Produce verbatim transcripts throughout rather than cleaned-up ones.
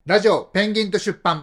ラジオペンギンと出版。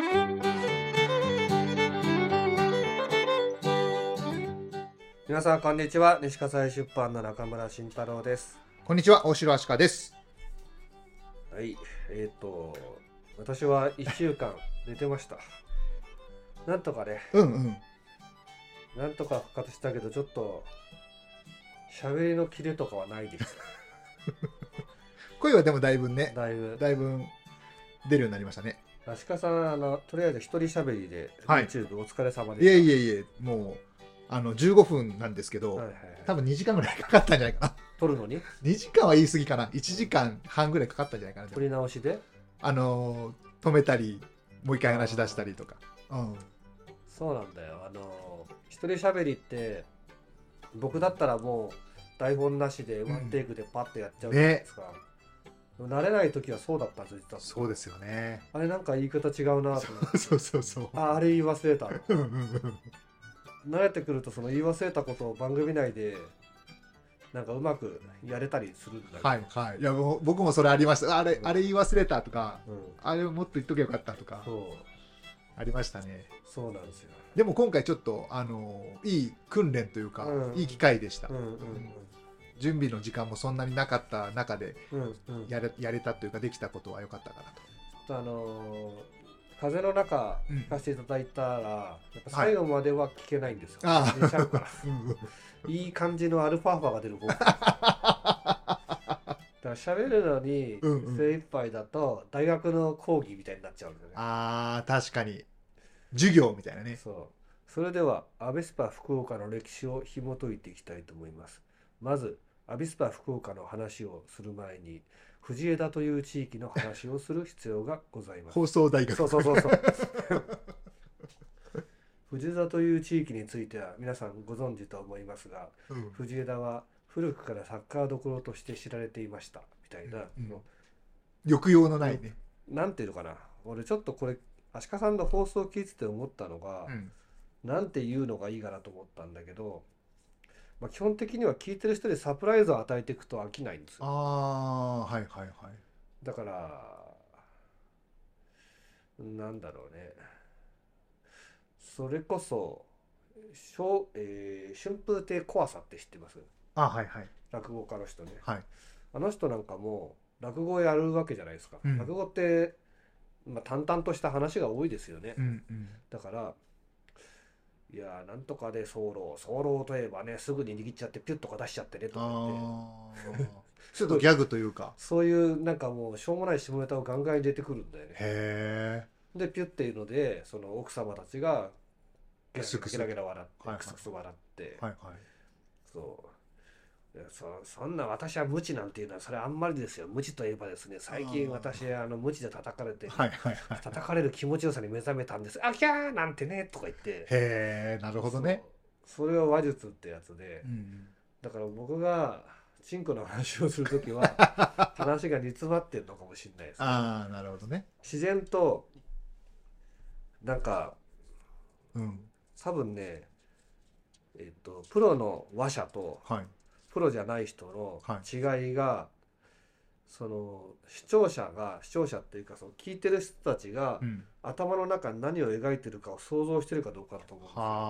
皆さんこんにちは。西葛西出版の中村慎太郎です。 こんにちは、大城明香です。 はい、えっ、ー、と私はいっしゅうかん寝てました。なんとかね、 うんうんなんとか復活したけど、ちょっと喋りのキレとかはないです。 声はでもだいぶね、 だいぶだいぶ出るようになりましたね。 アシカさん、あのとりあえず一人喋りではい YouTube お疲れ様でいした。 えいえいえ、もうあのじゅうごふんなんですけど、 はいはいはい、 多分にじかんぐらいかかったんじゃないかな。 撮るのににじかんは言い過ぎかな。いちじかんはんぐらいかかったんじゃないかな。 撮り直しであのー、止めたりもう一回話し出したりとか。うん、 そうなんだよ。あの一人喋りって僕だったらもう台本なしでワンテイクでパッとやっちゃうじゃないですか、うんね、慣れない時はそうだったんですよ、実は。 そうですよね。 あれなんか言い方違うなと思って。 そうそうそう。 ああれ言い忘れた。 うんうんうん。 慣れてくるとその言い忘れたことを番組内でなんかうまくやれたりするんだけど。 はいはい。いやもう僕もそれありました。あれ、 うん、 あれ言い忘れたとか、 うん、 あれもっと言っときゃよかったとか。 そうありましたね。 そうなんですよ。 でも今回ちょっとあのいい訓練というか、 うん、 いい機会でした、 うんうんうん、 準備の時間もそんなになかった中でうんうん、 やれ、やれたというかできたことは良かったかなと。 あのー、風の中聞かせていただいたら、うん、やっぱ最後までは聞けないんですよ、はい、寝ちゃうからいい感じのアルファ波が出る方だから喋るのに精一杯だと大学の講義みたいになっちゃうんだよね。 あー確かに授業みたいなね。 そうそれではアビスパ福岡の歴史を紐解いていきたいと思います。まずアビスパ福岡の話をする前に藤枝という地域の話をする必要がございます。 放送大学。 そうそうそうそう藤枝という地域については皆さんご存知と思いますが、うん、藤枝は古くからサッカーどころとして知られていましたみたいな、うんうん、 抑揚のないね、 なんていうのかな、俺ちょっとこれ足利さんの放送を聞いてて思ったのが、うん、なんて言うのがいいかなと思ったんだけど、まあ、基本的には聞いてる人にサプライズを与えていくと飽きないんですよ。 あーはいはいはい。 だからなんだろうね、それこそ、えー、春風亭小朝って知ってます？ あ、はいはい。 落語家の人ね、 はい、 あの人なんかも落語をやるわけじゃないですか、うん、落語って、まあ、淡々とした話が多いですよね、うんうん、だからいやなんとかで候候といえばねすぐに握っちゃってピュッとか出しちゃってねとか言ってちょっとギャグというかそういうなんかもうしょうもない下ネタをガンガンに出てくるんだよね。 へー。 でピュッていうのでその奥様たちがゲラゲラ笑ってクスクス笑って、はいはい、そうそ, そんな私は無知なんていうのはそれあんまりですよ。無知といえばですね、最近私はあの無知で叩かれて、はいはいはい、叩かれる気持ちよさに目覚めたんです。あきゃーなんてねとか言って、 へえなるほどね。 そ, それは話術ってやつで、うん、だから僕がチンコの話をするときは話が煮詰まってるのかもしれないです、ね、 ああなるほどね。 自然となんか、 うん、 多分ね、えっとプロの話者と、はいプロじゃない人の違いが、はい、その視聴者が視聴者っていうかその聞いてる人たちが、うん、頭の中に何を描いてるかを想像してるかどうかだと思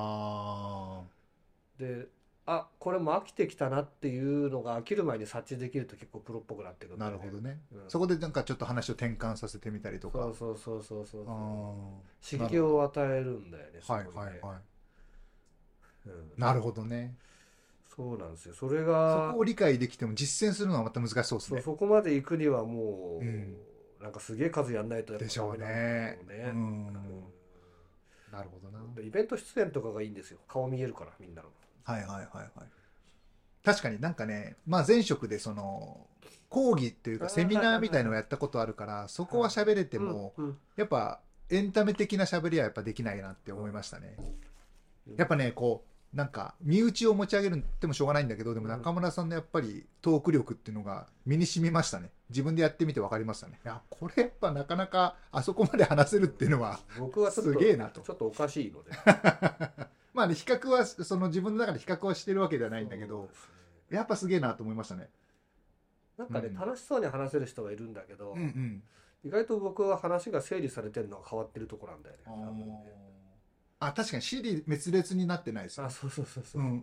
うんですよ。で、あこれも飽きてきたなっていうのが飽きる前に察知できると結構プロっぽくなってくるんだよね。 なるほどね、うん、そこでなんかちょっと話を転換させてみたりとか、 そうそうそうそうそう刺激を与えるんだよね。 はいはいはい、うん、なるほどね。 そうなんですよ。それがそこを理解できても実践するのはまた難しそうですね。 そ, そこまで行くにはもう、うん、なんかすげえ数やんないとやっぱでしょうね。うん、うん、なるほどな。 イベント出演とかがいいんですよ。顔見えるからみんなの。 はいはいはいはい。確かになんかね、まあ前職でその講義っていうかセミナーみたいのをやったことあるから、そこは喋れてもやっぱエンタメ的な喋りはやっぱできないなって思いましたね。やっぱねこうなんか身内を持ち上げるってもしょうがないんだけど、でも中村さんのやっぱりトーク力っていうのが身に染みましたね。自分でやってみて分かりましたね。いやこれやっぱなかなかあそこまで話せるっていうのは僕はすげえなと。 ちょっとおかしいのでまあね比較はその自分の中で比較はしてるわけではないんだけど、ね、やっぱすげえなと思いましたね。 なんかね、うん、楽しそうに話せる人がいるんだけど、うんうん、 意外と僕は話が整理されてるのは変わってるところなんだよね。多分ね。 あ、確かに尻滅裂になってないですよ。 あ、そうそうそうそう。 うんうんうん。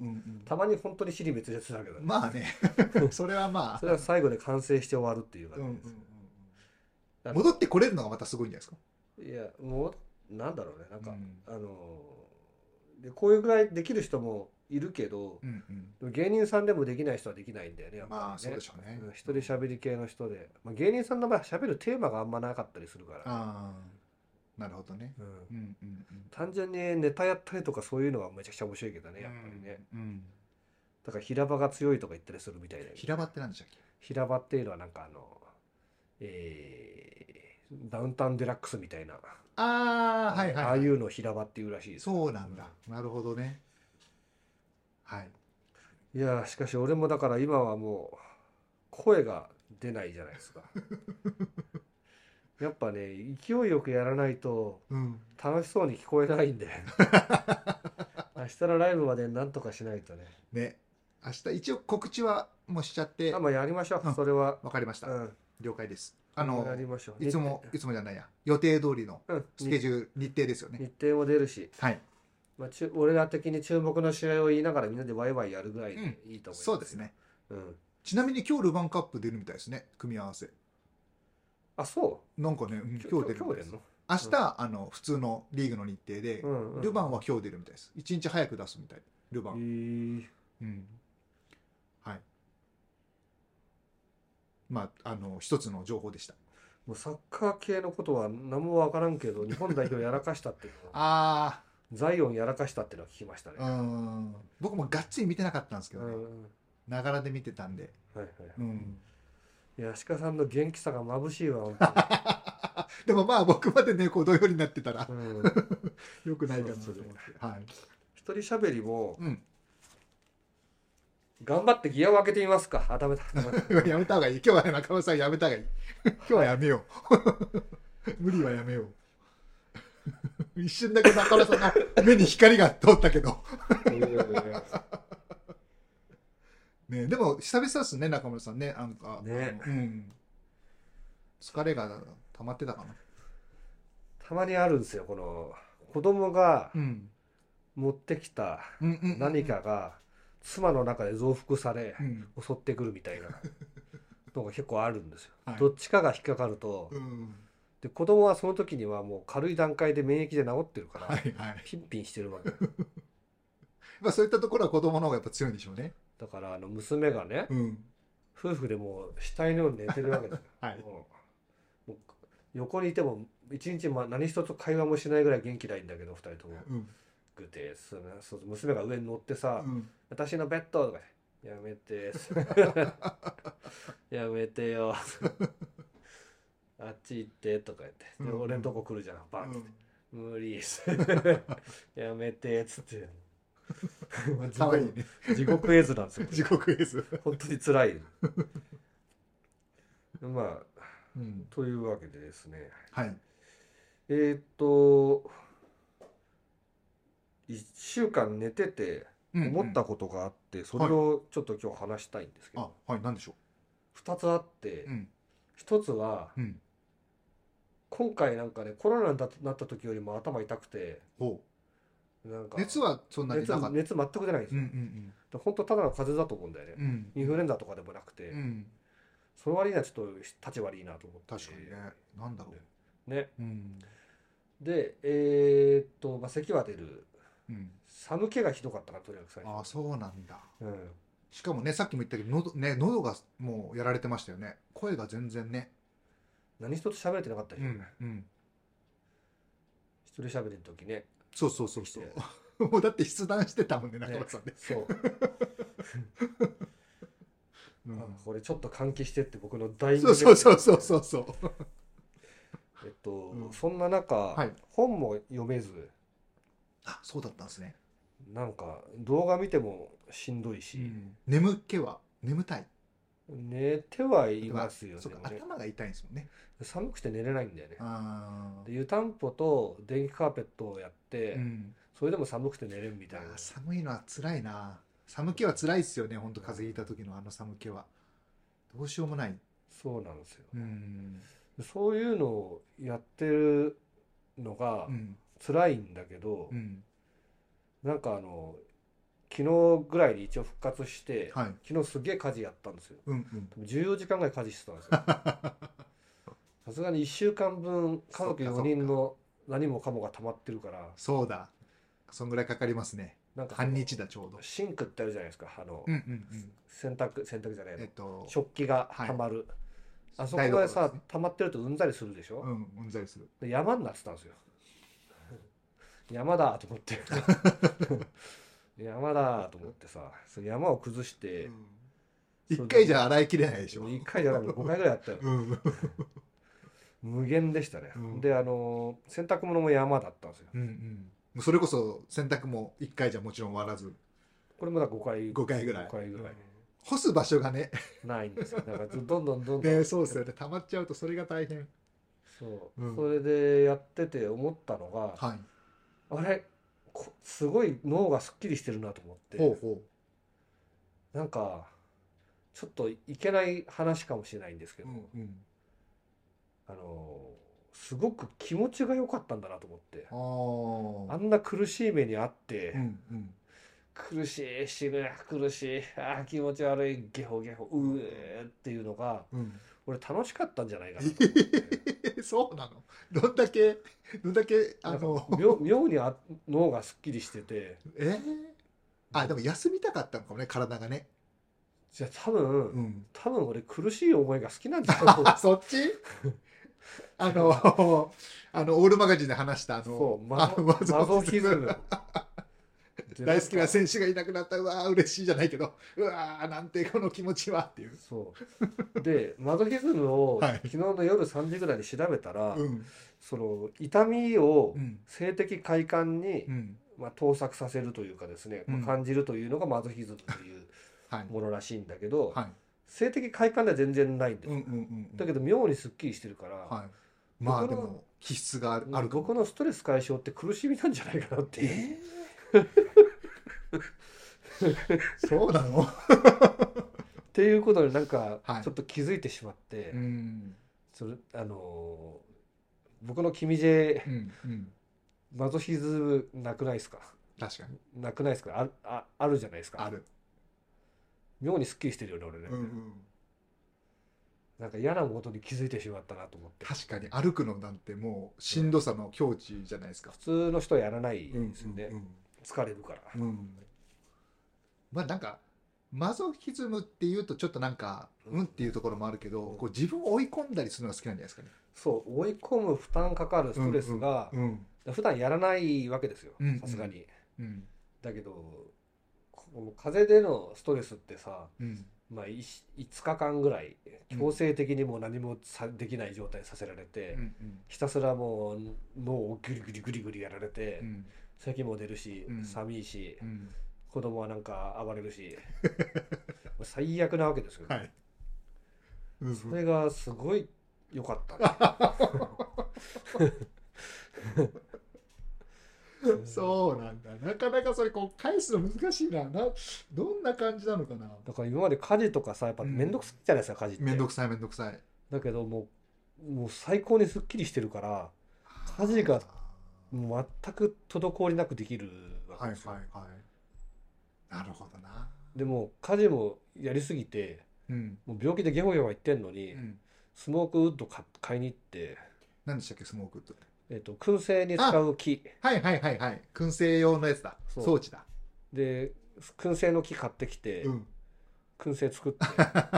たまに本当に尻滅裂だけどね。 まあね、それはまあ。 それは最後で完成して終わるっていう感じです。 うんうんうん、戻ってこれるのがまたすごいんじゃないですか。 いや、もう、なんだろうね。なんか、 うん、 あのー、で、こういうぐらいできる人もいるけど、 うんうん、 芸人さんでもできない人はできないんだよね、やっぱりね。 まあそうでしょうね。 うん、一人喋り系の人で。まあ、芸人さんの場合、喋るテーマがあんまなかったりするから。 ああ、なるほどね。 うんうんうんうん、 単純にネタやったりとかそういうのはめちゃくちゃ面白いけどね、やっぱりね。 うんうん、 だから平場が強いとか言ったりするみたいな。 平場って何でしたっけ？ 平場っていうのはなんかあの、えー、ダウンタウンデラックスみたいな。 ああ、はいはい、はい、 ああいうのを平場っていうらしいです。 そうなんだ。なるほどね。はい。 いやしかし俺もだから今はもう声が出ないじゃないですか。やっぱね勢いよくやらないと楽しそうに聞こえないんで、うん、明日のライブまでなんとかしないとね。 ね、明日一応告知はもうしちゃって。 あ、まあやりましょう、うん、それは。 わかりました、うん、了解です。あのやりましょう。 いつもいつもじゃないや、予定通りのスケジュール、うん、日程ですよね。 日程も出るし、 はい、 まあ、俺ら的に注目の試合を言いながらみんなでワイワイやるぐらいでいいと思います、 うん、そうですね、 うん、 ちなみに今日ルヴァンカップ出るみたいですね、組み合わせ。 あ、そうなんかね、うん、今日出るみたいです。 の明日、うん、あの普通のリーグの日程で、うんうん、ルヴァンは今日出るみたいです。いちにち早く出すみたい、ルヴァン。へー、うん、はい。まああの一つの情報でした。 もうサッカー系のことは何も分からんけど、日本代表やらかしたっていうのああ、 ザイオンやらかしたっていうのは聞きましたね。 うん、僕もがっつり見てなかったんですけどね、ながらで見てたんで。はいはい、うん、 いや鹿さんの元気さが眩しいわ本当に。 でもまあ僕までねこう同様になってたら、うん、よくないかなと思って。はい、 一人喋りも、うん、頑張ってギアを開けてみますか。あ、ダメだ。 やめた方がいい。今日は中村さんやめた方がいい。今日はやめよう。無理はやめよう。一瞬だけ中村さんの目に光が通ったけど。ね、でも久々ですね、中村さんね。なんか、ね、うん、疲れが溜まってたかな。 たまにあるんですよ。この子供が持ってきた何かが妻の中で増幅され、うん、襲ってくるみたいなのが結構あるんですよ。はい、どっちかが引っかかると、うん、で子供はその時にはもう軽い段階で免疫で治ってるから、はいはい、ピンピンしてるわけ。 まあそういったところは子供の方がやっぱ強いんでしょうね。 だからあの娘がね、うん、夫婦でもう死体のように寝てるわけですよ。はい、もうもう横にいても一日何一つ会話もしないぐらい元気ないんだけどふたりとも。うん、グテースね、そう娘が上に乗ってさ、うん、私のベッドとかやめてやめてよあっち行ってとか言って、で、うん、俺のとこ来るじゃんバンって、うん、無理ですやめてっつってかわいいね。 地獄絵図なんですよ。 地獄絵図本当に辛いまあ、うん、というわけでですね、はい、えー、っといっしゅうかん寝てて思ったことがあって、うんうん、それをちょっと今日話したいんですけど、はい、 あ、はい、何でしょう。 ふたつあって、うん、ひとつは、うん、今回なんかねコロナになった時よりも頭痛くて、 なんか熱はそんなになかった。 熱、熱全く出ないんですよ。うんうんうん、本当ただの風邪だと思うんだよね、うん、インフルエンザとかでもなくて、うん、その割にはちょっと立ち悪いなと思って。 確かにね、なんだろうね、うん、でえー、っと、まあ、咳は出る、うん、寒気がひどかったからとにかく最初。 ああ、そうなんだ、うん、しかもねさっきも言ったけど喉、ね、喉がもうやられてましたよね。声が全然ね何一つ喋れてなかったでしょ、うんうん、一人喋りの時ね。 そうそうそうそうもうだって筆談してたもんね中村さんね。そう、 うん、あ、これちょっと換気してって僕の大そうそうそうそうそうそうえっと、うん、そんな中、はい、本も読めず。 あ、そうだったんですね。 なんか動画見てもしんどいし、うん、 眠気は眠たい。 寝てはいますよね。 そうか、頭が痛いんですもんね。 寒くて寝れないんだよね。あで湯たんぽと電気カーペットをやって、うん、それでも寒くて寝れるみたいな。 寒いのは辛いな。寒気は辛いですよね。本当風邪ひいた時のあの寒気はどうしようもない。 そうなんですよ。うんそういうのをやってるのが辛いんだけど、うん、なんかあの昨日ぐらいに一応復活して、はい、昨日すげえ家事やったんですよ、うんうん、じゅうよじかんぐらい家事してたんですよさすがにいっしゅうかんぶん家族よにんの何もかもが溜まってるから。 そうだ、そんぐらいかかりますね。なんか半日だちょうど。 シンクってあるじゃないですか、あの、うんうんうん、洗濯洗濯じゃないの、えっと、食器が溜まる、はい、あそこでさ、ね、溜まってるとうんざりするでしょ。 うんうんざりする。 で山になってたんですよ山だと思って山だと思ってさ、その山を崩して、うん、 いっかいじゃ洗いきれないでしょ。 いっかいじゃなくてごかいぐらいやったよ、うん無限でしたね、うん、であの洗濯物も山だったんですよ、うんうん、それこそ洗濯もいっかいじゃもちろん終わらず、 これもだごかいごかいぐらいごかいぐらい、うん、 干す場所がねないんですよ。だからどんどんどんどん、 ね、そうですよね、溜まっちゃうとそれが大変。 そう、うん、それでやってて思ったのが、はい、あれすごい脳がすっきりしてるなと思って、ほうほう、なんかちょっといけない話かもしれないんですけど、うんうん、あのすごく気持ちが良かったんだなと思って、 あ, あんな苦しい目にあって、うんうん、苦しい死ぬ苦しいあ気持ち悪いゲホゲホうえっていうのが、うん、俺楽しかったんじゃないかなと思ってそうなの、どんだけどんだけあの妙, 妙にあ脳がすっきりしてて、 えー、あでも休みたかったのかもね、体がね。 じゃあ多分、うん、多分俺苦しい思いが好きなんだよそっちあのあのオールマガジンで話したあのそうマゾマゾヒズム大好きな選手がいなくなった、うわー嬉しいじゃないけど、うわーなんてこの気持ちはっていう。 そうでマゾヒズムを、はい、昨日の夜さんじぐらいに調べたら、うん、その痛みを性的快感に、うんまあ、盗作させるというかですね、うんまあ、感じるというのがマゾヒズムというものらしいんだけど、はい、性的快感では全然ないんですよ、うんうんうんうん、だけど妙にすっきりしてるから、はい、 まあでも気質があるかも。 僕のストレス解消って苦しみなんじゃないかなっていう、えーそうなのっていうことになんかちょっと気づいてしまって、はい、うんそれあのー、僕の君 J、うんうん、マゾヒズムなくないですか。 確かになくないですか。 あ, あ, あるじゃないですか。 ある。 妙にすっきりしてるよね俺ね、うんうん、なんか嫌なことに気づいてしまったなと思って。 確かに歩くのなんてもうしんどさの境地じゃないですか、 うん、普通の人はやらないですよね、うんうんうん、疲れるから、うんまあなんかマゾヒズムっていうとちょっとなんかうんっていうところもあるけど、うん、こう自分を追い込んだりするのが好きなんじゃないですかね。 そう追い込む負担かかるストレスが、うんうんうん、普段やらないわけですよさすがに、うんうん、だけどこの風邪でのストレスってさ、うんまあ、いつかかんぐらい強制的にもう何もさできない状態させられて、うんうん、ひたすらもう脳をグリグリグリグリやられて、うん、咳も出るし、うん、寒いし、うん子供はなんか暴れるし最悪なわけですよ、ねはいうん、それがすごい良かったそうなんだ。なかなかそれこう返すの難しいな。などんな感じなのかな。 だから今まで家事とかさやっぱ面倒くさいじゃないですか、うん、家事って面倒くさい面倒くさいだけどもうもう最高にすっきりしてるから家事がもう全く滞りなくできるわけですよ。はいはいはいなるほどな。 でも家事もやりすぎて、うん、もう病気でゲホゲホ言ってんのに、うん、スモークウッド買いに行って。 何でしたっけスモークウッドって。 えっと燻製に使う木。 はいはいはいはい燻製用のやつだ。装置だ。 で燻製の木買ってきて、うん、燻製作って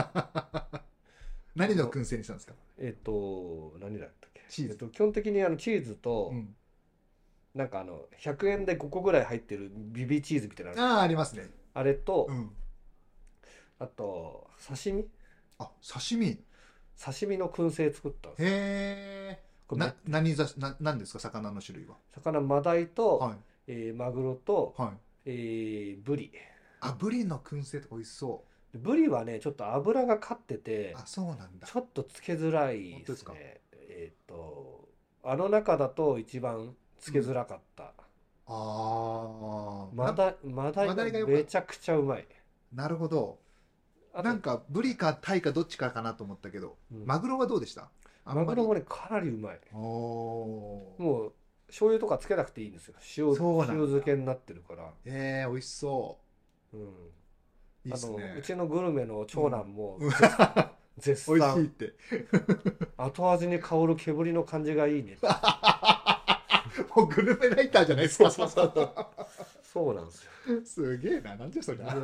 何の燻製にしたんですか。 えっと何だったっけチーズ、えっと、基本的にあのチーズと、うんなんかあのひゃくえんでごこぐらい入ってるビビチーズみたいなああありますね。 あれと、うん、あと刺身あ刺身刺身の燻製作ったんですよ。へえ。な何ざな何ですか魚の種類は。 魚マダイと、はいえー、マグロと、はいえー、ブリ。 あブリの燻製って美味しそう。 ブリはねちょっと脂がかっててあそうなんだちょっとつけづらいですね。えっ、ー、とあの中だと一番つけづらかった、うん、ああマダマダイがめちゃくちゃうまい。 なるほど。なんかブリかタイかどっちかかなと思ったけど、うん、マグロはどうでした。 あんまりマグロもねかなりうまい。 おおもう醤油とかつけなくていいんですよ。塩、 そうなんだ塩漬けになってるから。 えー、美味しそうん。 ういいっあのすねうちのグルメの長男もうん絶美味しいっ賛て後味に香る煙の感じがいいねって。 もうグルメライターじゃないですかそうそうそうそうなんですよ。 すげえななんじゃそりゃへ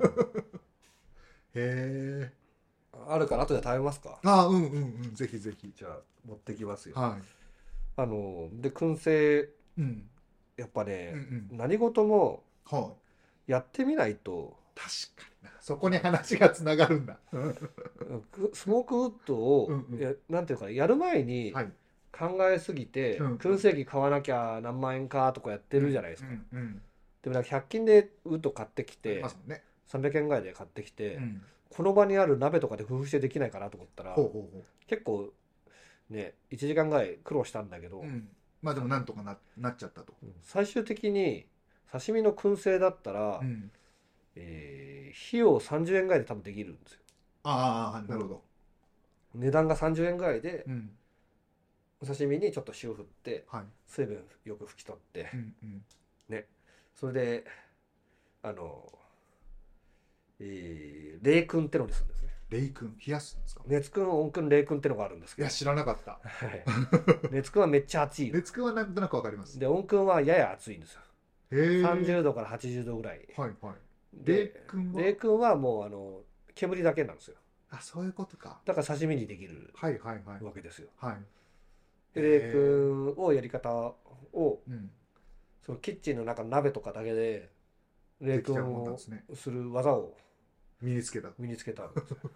えあるから後で食べますか。 あうんうんうんぜひぜひじゃあ持ってきますよ。 はあので燻製いうんやっぱね、 うんうん何事もはいやってみないと、 確かになそこに話がつながるんだくスモークウッドを、 うんうんやなんていうかやる前にはい考えすぎて、 うん燻製機買わなきゃ何万円かとかやってるじゃないですか。 うんうんでもなんかひゃく均でウッド買ってきありてますもんねさんびゃくえんぐらいで買ってきて、 うんこの場にある鍋とかで工夫してできないかなと思ったらほうほうほ結構ねいちじかんぐらい苦労したんだけど、 ううんまあでもなんとかななっちゃったとうん最終的に刺身の燻製だったら、 うんえー費用さんじゅうえんぐらいで多分できるんですよ。 ああなるほど値段がさんじゅうえんぐらいでうんお刺身にちょっと塩振ってはい水分よく拭き取ってうんうんね、それであの、えー冷燻ってのにするんですね。 冷君冷やすんですか熱燻温燻冷燻ってのがあるんですけど、 いや知らなかったはい熱燻はめっちゃ熱いの熱君はなんとなくわかりますで温燻はやや熱いんですよ。 へえさんじゅうどからはちじゅうどぐらいはいはいで、 冷燻は冷燻はもうあの煙だけなんですよ。 あそういうことかだから刺身にできるはいはいはいわけですよ。 はいでへ冷ー燻をやり方をうんそのキッチンの中の鍋とかだけで冷できちゃう燻をもんなんですねする技を身につけた身につけたんですよ。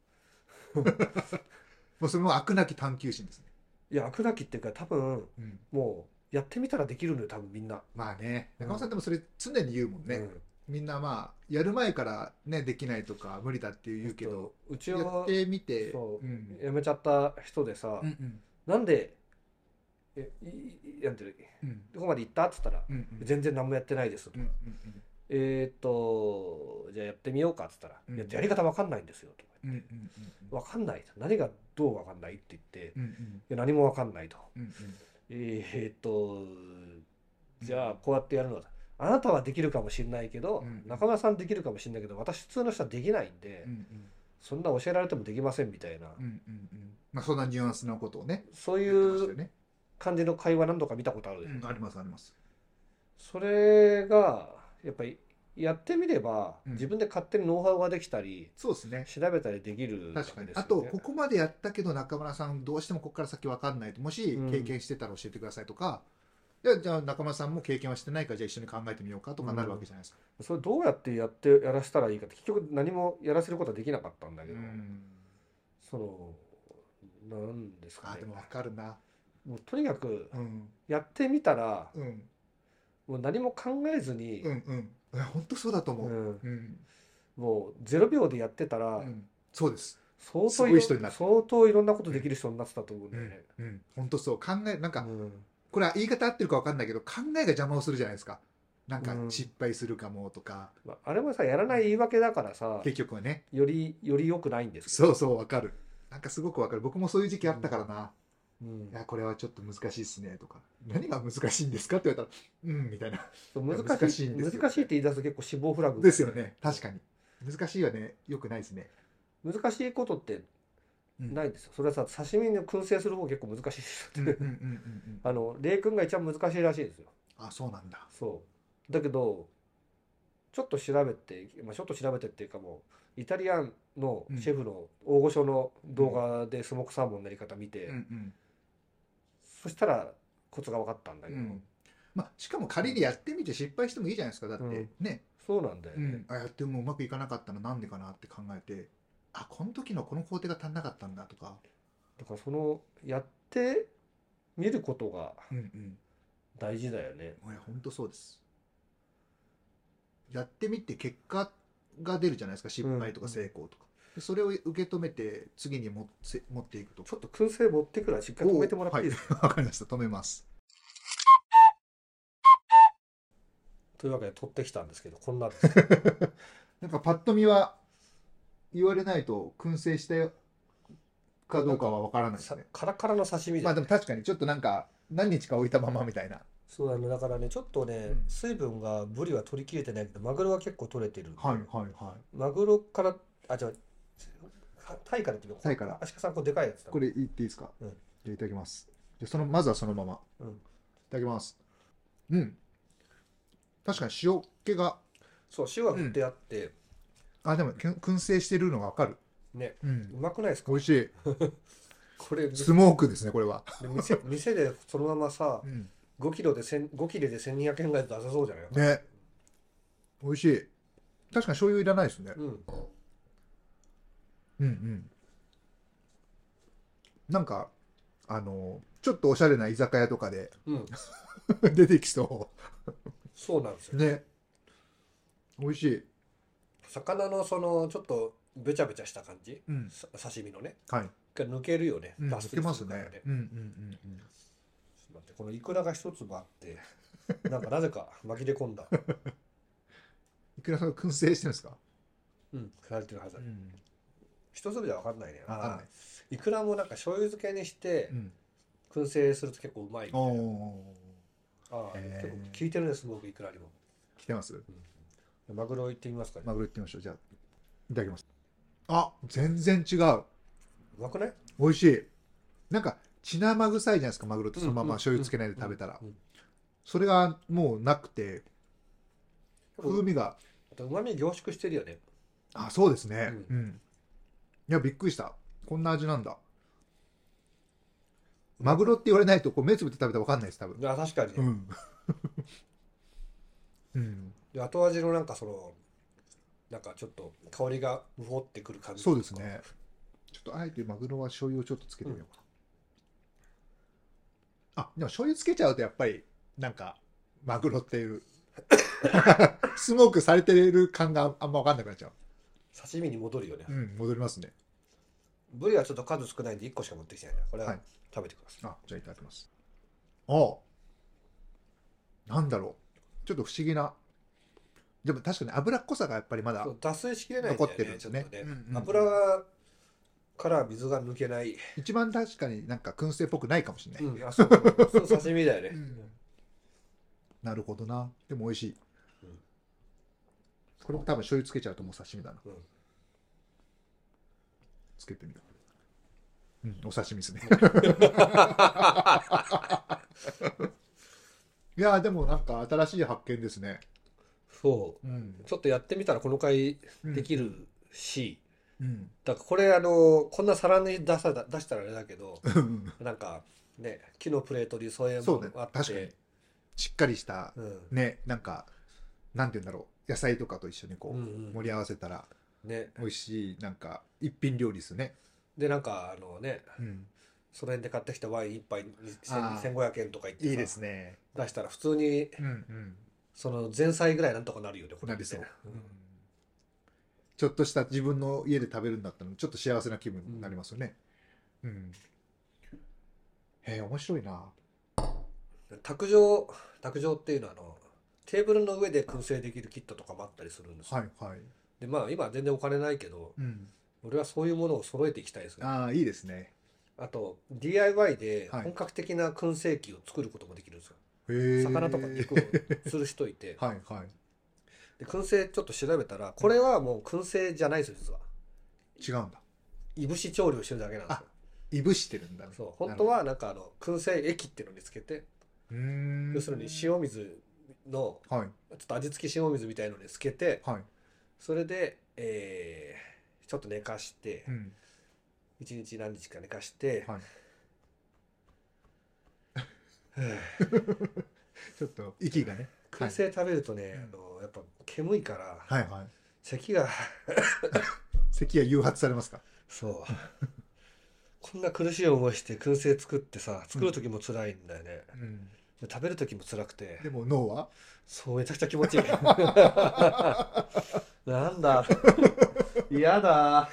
もうそれも飽くなき探求心ですねいや、飽くなきっていうか多分うんもうやってみたらできるのよ多分みんな。 まあねうん中尾さんでもそれ常に言うもんねうんみんなまあやる前からねできないとか無理だって言うけどうちやはってみてそううん辞めちゃった人でさ、 うんうんなんでえいいなんていうのうんどこまで行ったっつったら、 うんうん全然何もやってないですと、 うんうんえーっとじゃあやってみようかっつったら、 うんいややり方わかんないんですよとかうんうん言って、わかんない何がどうわかんないって言って、 うんうんいや何もわかんないと、 うんうんえーっとじゃあこうやってやるのだ、あなたはできるかもしれないけど、 うん中村さんできるかもしれないけど私普通の人はできないんで、 うんうんそんな教えられてもできませんみたいな、 うんうんうんまあそんなニュアンスなことをねそうい言ってましたようね感じの会話何度か見たことあるでしょ、 うんありますありますそれがやっぱりやってみればうん自分で勝手にノウハウができたり、 そうですね調べたりできるわけですよね。 確かにあとここまでやったけど中村さんどうしてもここから先分かんないともしうん経験してたら教えてくださいとか、いやじゃあ中村さんも経験はしてないからじゃあ一緒に考えてみようかとかなるわけじゃないですか、 それどうやってやってやらせたらいいかって結局何もやらせることはできなかったんだけど、 うんそのなんですかねあでも分かるなもうとにかくうんやってみたらうんもう何も考えずに、 うんうんいや本当そうだと思ううんうん、 もうゼロびょうでやってたら、 うんそうです相す当いろごい人になってる相当いろんなことできる人になってたと思うんだうんよね。 うん本当そう考えなんか、 うんこれは言い方合ってるか分かんないけど考えが邪魔をするじゃないですかなんかうん失敗するかもとか、 まあ、あれもさやらない言い訳だからさ結局はねよりより良くないんですけど、 そうそう分かるなんかすごく分かる僕もそういう時期あったからな、 うんいやこれはちょっと難しいっすねとか何が難しいんですかって言われたらうんみたいなそう難しい難しいんですよ難しいって言い出すと結構死亡フラグですよね確かに難しいはねよくないですね難しいことってうんないですよ、それはさ刺身の燻製する方が結構難しいですよって、 うんうんうんうんうんあの冷燻が一番難しいらしいですよ。 あそうなんだそうだけどちょっと調べて、まあ、ちょっと調べてっていうかもうイタリアンのシェフの大御所の動画でスモークサーモンのやり方見て、 うんうんそしたらコツが分かったんだけど、 うんまあしかも仮にやってみて失敗してもいいじゃないですかだって、 うんね、 そうなんだよね、 うん、あやってもうまくいかなかったのなんでかなって考えてあこの時のこの工程が足んなかったんだとかだからそのやってみることがうんうん大事だよね。 いや本当そうですやってみて結果が出るじゃないですか失敗とか成功とか、でそれを受け止めて次に持って持っていくとちょっと燻製持ってくらしっかり止めてもらっていいですか。 わかりました止めますというわけで取ってきたんですけどこんなですなんかパッと見は言われないと燻製してかどうかは分からないですね。 カラカラの刺身で、 まあでも確かにちょっとなんか何日か置いたままみたいな。 そうだね、だからねちょっとね、 うん水分がブリは取り切れてないけどマグロは結構取れてるんで、 はいはいはい。 マグロからあじゃあタイからいってみよう。 タイから足利さんこれでかいやつだこれ言っていいですか？ うんじゃあいただきます。じゃあそのまずはそのままうんいただきます。うん。確かに塩気が、 そう塩が振ってあって、 あでもくん燻製してるのが分かる。 ねう。 うんまくないですか美味しい。 これスモークですねこれは。 で店店でそのままさうん。 ごキロでせんご切れでせんにひゃくえんぐらい出せそうじゃないね。美味しい。確かに醤油いらないですね。 うんうんうん。なんかあのちょっとおしゃれな居酒屋とかでうん出てきそそうなんですよう。ね。美味しい。 魚のそのちょっとべちゃべちゃした感じ、 うん。 さ刺身のねはい。 が抜けるよね、 うん、 脱水抜けますするからね。うんうんうんうん。 ちょっと待ってこのイクラが一粒あってなんかなぜか紛れ込んだいくらその燻製してるんですか？ うんされてるはずだ、 ん。 一粒では分かんないね。 わかんない。 イクラもなんか醤油漬けにしてうん。 燻製すると結構うまいみたいな、 おああへー結構効いてるねすごくイクラにも、 ー。来てます？ うん、マグロいってみますかね。 マグロいってみましょう。じゃあいただきます。あ、全然違う。 うまくない？ 美味しい。なんか血生臭いじゃないですか、マグロってそのまま醤油つけないで食べたらうんうんうん。 それがもうなくて風味が、 あとうまみ凝縮してるよね。 あ、そうですね。 ううん。いやびっくりした。こんな味なんだ。マグロって言われないとこう目つぶって食べたら分かんないです多分。 あ確かに、 うん。うん。 で後味のなんかそのなんかちょっと香りがうほってくる感じ。 そうですね。ちょっとあえてマグロは醤油をちょっとつけてみようかな。あ、でも醤油つけちゃうとやっぱりなんかマグロっていうスモークされてる感があんま分かんなくなっちゃう。 刺身に戻るよね、 うん、戻りますね。 ブリはちょっと数少ないんでいっこしか持ってきてないね。これははい食べてください、 あ、じゃあいただきます。ああ、なんだろう。ちょっと不思議な。でも確かに脂っこさがやっぱりまだそう脱水しきれないんだよね。 残ってるんですよねちょっとね、 うんうん油から水が抜けない、 一番確かになんか燻製っぽくないかもしれない。 うん、あそうそうそう刺身だよね、 うんなるほどな。でも美味しい。 うんこれも多分醤油つけちゃうともう刺身だな。 うんつけてみよう。うん、お刺身ですね。いやでもなんか新しい発見ですね。 そううん。 ちょっとやってみたらこの回できるし、 うん。 だからこれあのこんな皿に出さ出したらあれだけどうんなんかね木のプレートにそういうそうねものがあって、 確かにしっかりしたうんね、なんかなんて言うんだろう、野菜とかと一緒にこうんううん盛り合わせたらね、 美味しいなんか一品料理ですね。 でなんかあのねうん。 その辺で買ってきたワインいっぱいあーせんごひゃくえんとか言ってさいいですね。 出したら普通にうんうん。 その前菜ぐらいなんとかなるよねこれなりそう。 うんちょっとした自分の家で食べるんだったらちょっと幸せな気分になりますよね。うん。へえ、面白いな。 卓上卓上っていうのはあのテーブルの上で燻製できるキットとかもあったりするんですよ、 はいはい。 でまあ今全然お金ないけどうん。 俺はそういうものを揃えていきたいですね。 ああ、いいですね。 あと ディーアイワイ ではい本格的な燻製機を作ることもできるんですよ、 へえ。 魚とか肉をする人いてはいはい。 で燻製ちょっと調べたらこれはもう燻製じゃないですよ実は。 違うんだ。 いぶし調理をしてるだけなんですよ。 いぶしてるんだね。 そう本当はなんかあの燻製液っていうのにつけて、 うーん。 要するに塩水のはいちょっと味付き塩水みたいのにつけてはい。 それで、えーちょっと寝かしてうん。 いちにち何日か寝かして、 はい。 はちょっと息がね。 あ燻製食べるとね、あのやっぱ煙いからはいはい。 咳が咳が誘発されますか。 そうこんな苦しい思いして燻製作ってさ作る時も辛いんだよね、 うん。 で食べる時も辛くてでも脳は。 そうめちゃくちゃ気持ちいいなんだ嫌だ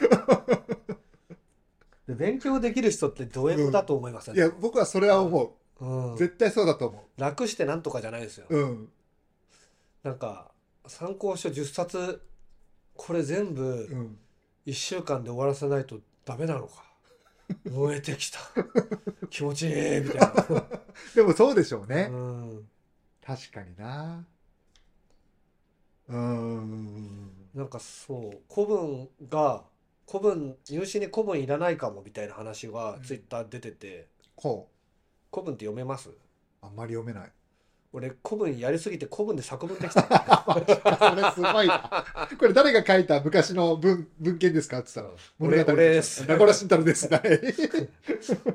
で勉強できる人ってド M だと思いません、 いや僕はそれは思うんう。絶対そうだと思楽してなんとかじゃないですよ、 う。うん。 なんか参考書じゅっさつこれ全部うん。 いっしゅうかんで終わらせないとダメなのか燃えてきた気持ちいいみたいなでもそうでしょうね、 うん、 確かにな。うーん。 なんかそう古文が古文入試に古文いらないかもみたいな話がツイッター出てて、 ほ古文って読めます？ う。あんまり読めない。 俺古文やりすぎて古文で作文できたそれすごいな。これ誰が書いた昔の文文献ですかって言ったら、 俺俺です。 名残慎太郎です。はい。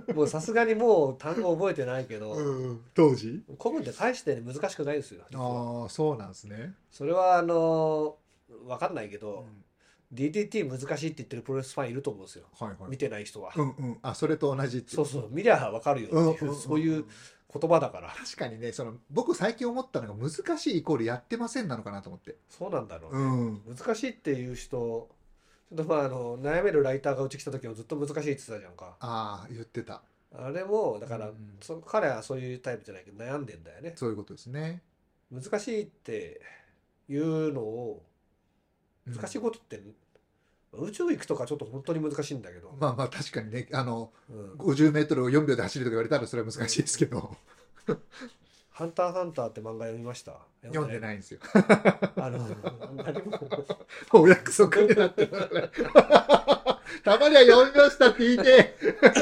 もうさすがにもう単語覚えてないけど、 うん、当時古文って大して難しくないですよ。 ああ、そうなんですね。 それはあの分かんないけど、 うん、 ディーディーティー 難しいって言ってるプロレスファンいると思うんですよ。 はいはい。 見てない人は。 うんうん。あ、それと同じって。 そうそう、見りゃ分かるよっていう、 うんうんうん、 そういう言葉だから。 確かにね、その僕最近思ったのが難しいイコールやってませんなのかなと思って。 そうなんだろうね。 うん。 難しいっていう人、ちょっとまああの悩めるライターがうち来た時もずっと難しいって言ってたじゃんか。 ああ、言ってた。 あれもだから、 うんうん、 そ彼はそういうタイプじゃないけど悩んでんだよね。 そういうことですね。 難しいっていうのを、難しいことって、うん、宇宙行くとかちょっと本当に難しいんだけど。 まあまあ確かにね、あの、 うん、 ごじゅうメートルをよんびょうで走るとか言われたらそれは難しいですけど。 ハンターハンターって漫画読みました？ 読んでないんですよ。 あの、何も。 お約束になってますね。たまには読みましたって言いて。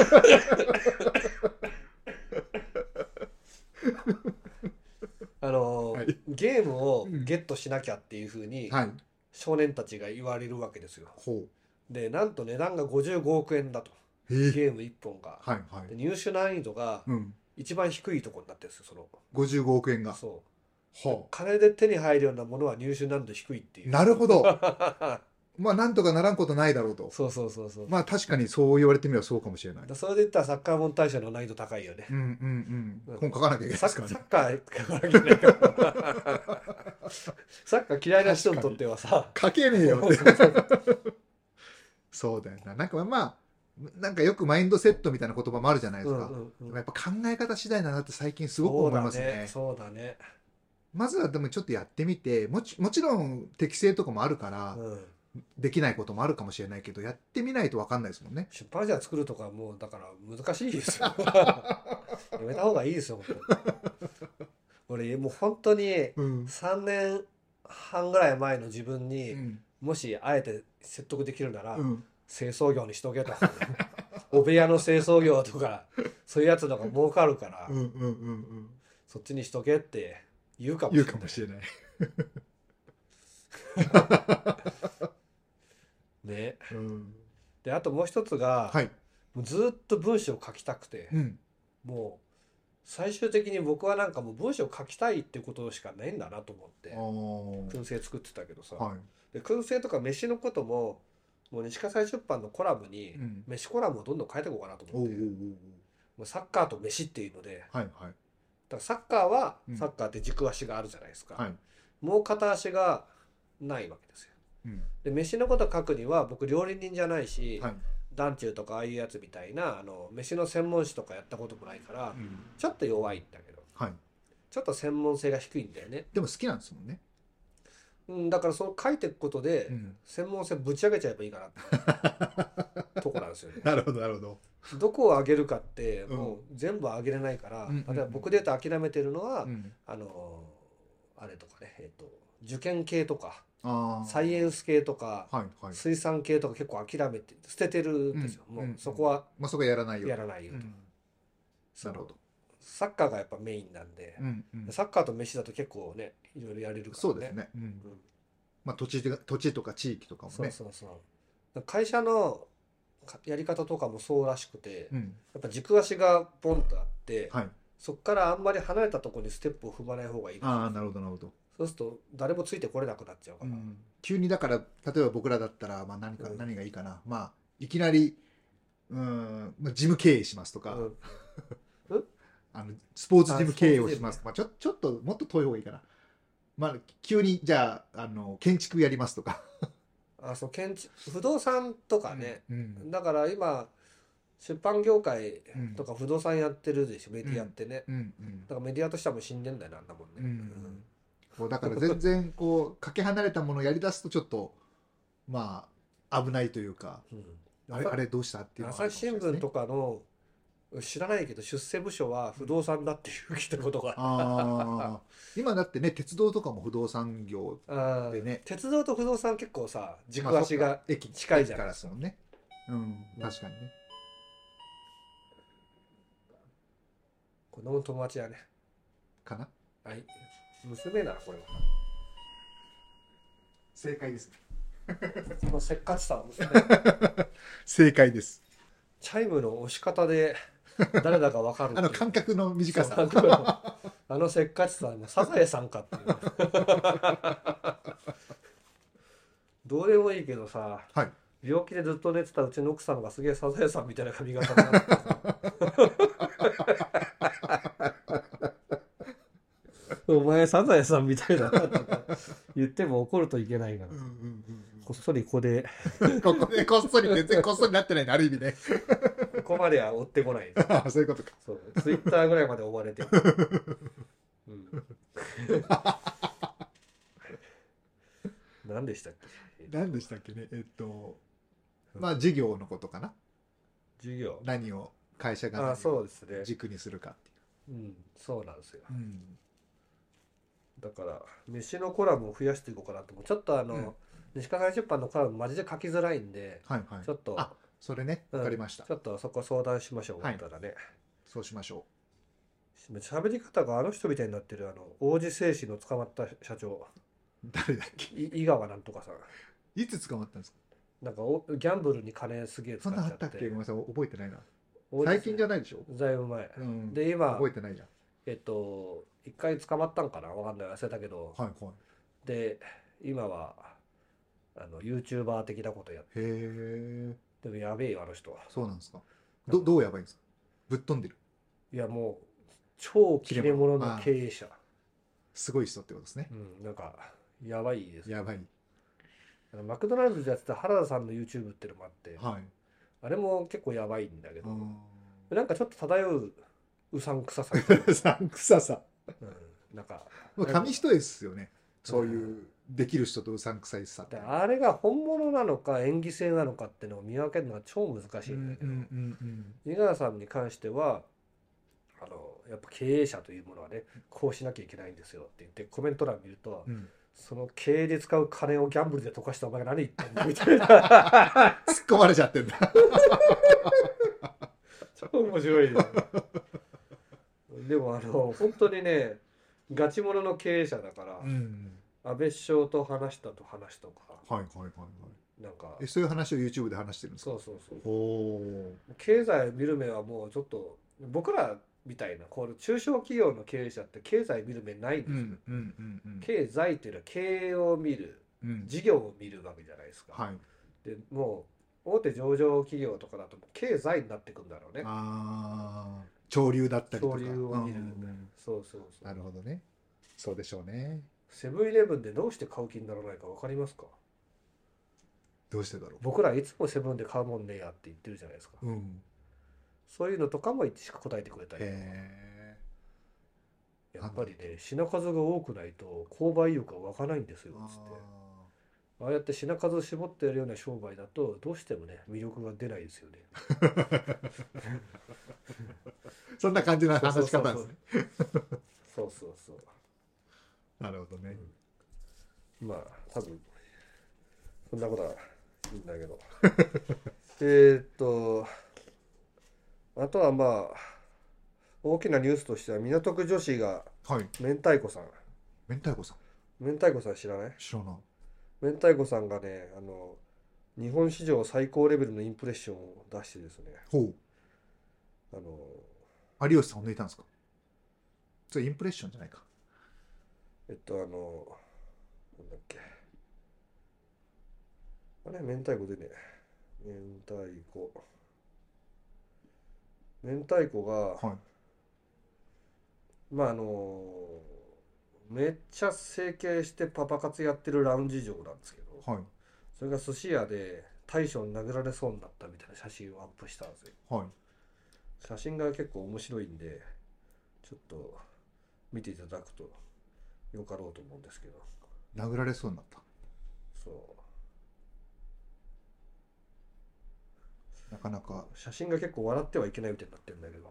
あの、 はい、 ゲームをゲットしなきゃっていうふうに、 はい、 少年たちが言われるわけですよ。 ほで、なんと値段がごじゅうごおくえんだと。 う。えー、 ゲームいっぽんが。 はいはい。 で入手難易度がうん。 一番低いところになってるんですよ、その。 ごじゅうごおくえんが。 そう。 は金で手に入るようなものは入手難易度低いっていあ。 う。 なるほど。まあなんとかならんことないだろうと。 そうそうそうそう。 まあ確かにそう言われてみればそうかもしれない。 だそれで言ったらサッカー本大賞の難易度高いよね。 うんうんうん。本書かなきゃいけないサですからね。 ッサッカー書かなきゃいけないからサッカー嫌いな人にとってはさ、 書けねえよって。そうだよな。なんかまあ、なんかよくマインドセットみたいな言葉もあるじゃないですか。 うんうんうん、 でもやっぱ考え方次第だなって最近すごく思いますね。 そうだね。そうだね。 まずはでもちょっとやってみて、もちもちろん適性とかもあるから、 うん、 できないこともあるかもしれないけど、やってみないと分かんないですもんね。 出版社作るとかもうだから難しいですよ。やめた方がいいですよ、本当に。俺もう本当にさんねんはんぐらい前の自分に、うん、もしあえて説得できるなら、うん、清掃業にしとけと。お部屋の清掃業とかそういうやつのが儲かるから、うんうんうんうん、そっちにしとけって言うかもしれない。言うかもしれない。ね、うん、であともう一つが、はい、もうずっと文章を書きたくて、うん、もう最終的に僕はなんかもう文章を書きたいってことしかないんだなと思って燻製作ってたけどさ、はい、で燻製とか飯のことももう西葛西出版のコラムに飯コラムをどんどん変えていこうかなと思って、うん、もうサッカーと飯っていうので、はいはい、だからサッカーはサッカーって軸足があるじゃないですか、うん、はい、もう片足がないわけですよ。うん、で飯のこと書くには僕料理人じゃないし、はい、団中とかああいうやつみたいなあの飯の専門誌とかやったこともないから、うん、ちょっと弱いんだけど、はい、ちょっと専門性が低いんだよね。 でも好きなんですもんね。 うん、だからそう書いていくことで、うん、専門性ぶち上げちゃえばいいかなってとこなんですよね。 なるほどなるほど。 どこを上げるかってもう全部上げれないから、うん、例えば僕で言うと諦めてるのは、うん、あのあれとかね、えーと、受験系とかサイエンス系とか、はいはい、水産系とか結構諦めて捨ててるんですよ、うん、もう、うん、そこは、 まあ、そこはやらないよやらないよと、うん、 なるほど。 サッカーがやっぱメインなんで、うんうん、サッカーと飯だと結構ねいろいろやれるからね。 そうですね、うんうん、まあ、土地土地とか地域とかもね。 そうそうそう、会社のやり方とかもそうらしくて、うん、やっぱ軸足がポンとあって、はい、そこからあんまり離れたところにステップを踏まない方がいい。 ああ、なるほどなるほど。 そうすると誰もついてこれなくなっちゃうから、うん、 急にだから例えば僕らだったら、まあ、何か、うん、何がいいかな、まあいきなりうん、まあ、ジム経営しますとか、うんうん、あのスポーツジム経営をしますとか、まあ、ちょ、ちょっともっと遠い方がいいかな、まあ、急にじゃあ、あの建築やりますとかあ、そう、建築不動産とかね、うんうん、だから今出版業界とか不動産やってるでしょ、うん、メディアってね、うんうんうん、だからメディアとしてはもう死んでんだよね、あんなもんね、うんうん、 こうだから全然こうかけ離れたものをやりだすとちょっとまあ危ないというか、うん、 あれあれどうしたっていうのがあ朝日新聞とかの知らないけど出世部署は不動産だっていう聞いたことがああ今だってね鉄道とかも不動産業でね、 鉄道と不動産結構さ軸足が近いじゃないですか。 もんね。うん、確かにね。 子供の友達やね。 かな。 はい。娘なこれは。 正解ですね。 そのせっかちさは娘。 正解です。 チャイムの押し方で誰だかわかるあの感覚の短さ。 あのせっかちさはサザエさんかっていう。どうでもいいけどさ、 はい、 病気でずっと寝てたうちの奥さんがすげえサザエさんみたいな髪型になってさお前サザエさんみたいだなとか言っても怒るといけないから、うんうんうん、こっそりここでここでこっそり全然こっそりなってないのある意味ねここまでは追ってこないあそういうことか。 そうツイッターぐらいまで追われてる、うん、何でしたっけ何でしたっけねえっとまあ事業のことかな。 事業何を会社が何を軸にするかっていう。 うん、そうなんですよ、 うん、 だから飯のコラムを増やしていこうかなと思う。ちょっとあの、うん、西川出版のコラムマジで書きづらいんで、 はいはい、 ちょっとあそれね、わかりました、 うん、ちょっとそこ相談しましょう。終わったらね、 そうしましょう。喋り方があの人みたいになってる、あの王子製紙の捕まった社長、 誰だっけ、 井川なんとかさん。 いつ捕まったんですか。 なんかおギャンブルに金すげえ使っちゃって。 そんなあったっけ、ごめんなさい覚えてないな。最近じゃないでしょ。 だいぶ前、 うん、 で今覚えてないじゃん。 えっと一回捕まったんかな、わかんない、忘れたけど、 はいはい、 で今はあの YouTuber 的なことやって。 へえ。 でもやべえよあの人は。 そうなんですか。どどうやばいんですか。ぶっ飛んでる。 いやもう超切れ者の経営者。 すごい人ってことですね。 うん、なんかやばいです、 やばい。 あのマクドナルドでやってた原田さんの YouTube っていうのもあって、 はい、 あれも結構やばいんだけど、 うん、 なんかちょっと漂ううさんくささうさんくささ、 うん、なんか紙一重ですよね、そういうできる人とうさんくさいさって。 あれが本物なのか演技性なのかっていうのを見分けるのは超難しいんだけど、井川さんに関してはあのやっぱ経営者というものはねこうしなきゃいけないんですよって言ってコメント欄見ると、うん、その経営で使う金をギャンブルで溶かしたお前が何言ってんのみたいな突っ込まれちゃってんだ超面白いねでもあの本当にねガチモノの経営者だから、うん、安倍首相と話したと話とか、 はいはいはいはい、なんかえそういう話を YouTube で話してるんですか。 そうそうそう。お経済見る目はもうちょっと僕らみたいなこう中小企業の経営者って経済見る目ないんですよ、うんうんうんうん、経済っていうのは経営を見る、うん、事業を見るわけじゃないですか、はい、でもう大手上場企業とかだと経済になってくんだろうね。 ああ潮流だったりとか潮流を見る、うん、そうそうそう。 なるほどね。そうでしょうね。 セブンイレブンでどうして買う気にならないか分かりますか。 どうしてだろう。 僕らいつもセブンで買うもんねやって言ってるじゃないですか、うん、そういうのとかも一しか答えてくれたりとか。やっぱりね品数が多くないと購買意欲が湧かないんですよつって。ああやって品数を絞ってやるような商売だとどうしてもね魅力が出ないですよねそんな感じの話し方ですね。 そうそうそう。 なるほどね、 うん、まあ多分そんなことはいいんだけどえっとあとはまあ大きなニュースとしては港区女子が明太子さん、はい、 明太子さん明太子さん知らない。 知らない。 明太子さんがねあの日本史上最高レベルのインプレッションを出してですね。ほう。 あの有吉さんを抜いたんですか。それインプレッションじゃないか。 えっとあのなんだっけあれ明太子でね明太子明太子が、はい、まああのめっちゃ整形してパパ活やってるラウンジ嬢なんですけど、はい、それが寿司屋で大将に殴られそうになったみたいな写真をアップしたんですよ、はい、写真が結構面白いんでちょっと見ていただくとよかろうと思うんですけど。 殴られそうになった。 そうなかなか写真が結構笑ってはいけないみたいになってるんだけど。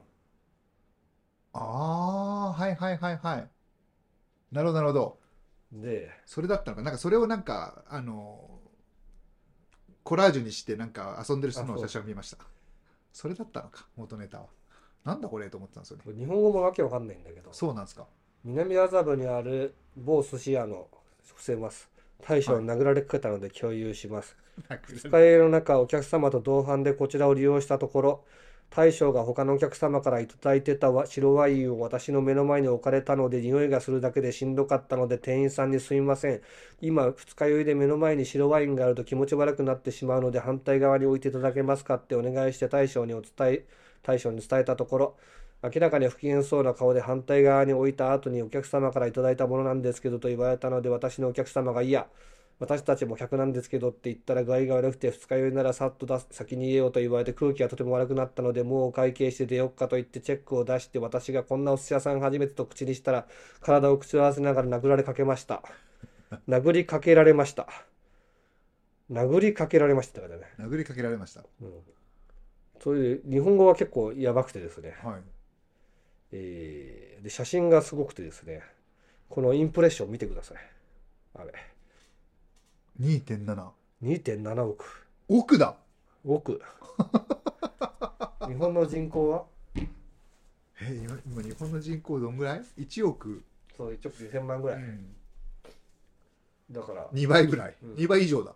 ああはいはいはいはい、なるほどなるほど。 で、 それだったのか、なんかそれをなんかあのコラージュにしてなんか遊んでる人の写真を見ました。それだったのか元ネタは。なんだこれと思ってたんですよね。 日本語もわけわかんないんだけど、 そうなんですか。 南麻布にある某寿司屋の伏せます。大将に殴られかけたので共有します。二日酔いの中、お客様と同伴でこちらを利用したところ、大将が他のお客様からいただいてた白ワインを私の目の前に置かれたので、匂いがするだけでしんどかったので、店員さんにすみません。今、二日酔いで目の前に白ワインがあると気持ち悪くなってしまうので、反対側に置いていただけますかってお願いして大将にお伝え、大将に伝えたところ、明らかに不機嫌そうな顔で反対側に置いた後にお客様からいただいたものなんですけどと言われたので、私のお客様がいや、私たちも客なんですけどって言ったら具合が悪くて二日酔いならさっと出す先に言えようと言われて空気がとても悪くなったのでもうお会計して出よっかと言ってチェックを出して私がこんなお寿司屋さん初めてと口にしたら体を口を合わせながら殴られかけました。殴りかけられました。殴りかけられましたからね。 殴りかけられました。 うん。そういう日本語は結構やばくてですね。 はい。 えー、で写真がすごくてですね。このインプレッション見てください。あれ。 にてんなな。 にてんななおく。 億だ。 億。日本の人口はえ今、今日本の人口どんぐらい ?いち 億。 そう、いちおくにせんまんぐらい。 うん、 だから。 にばいぐらい。 うん、 にばい以上だ。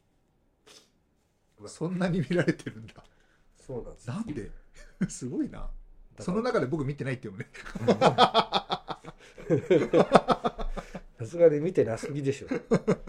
そんなに見られてるんだ。 そうなんです。 なんですごいな。その中で僕見てないっていうのね。 さすがに見てなすぎでしょ。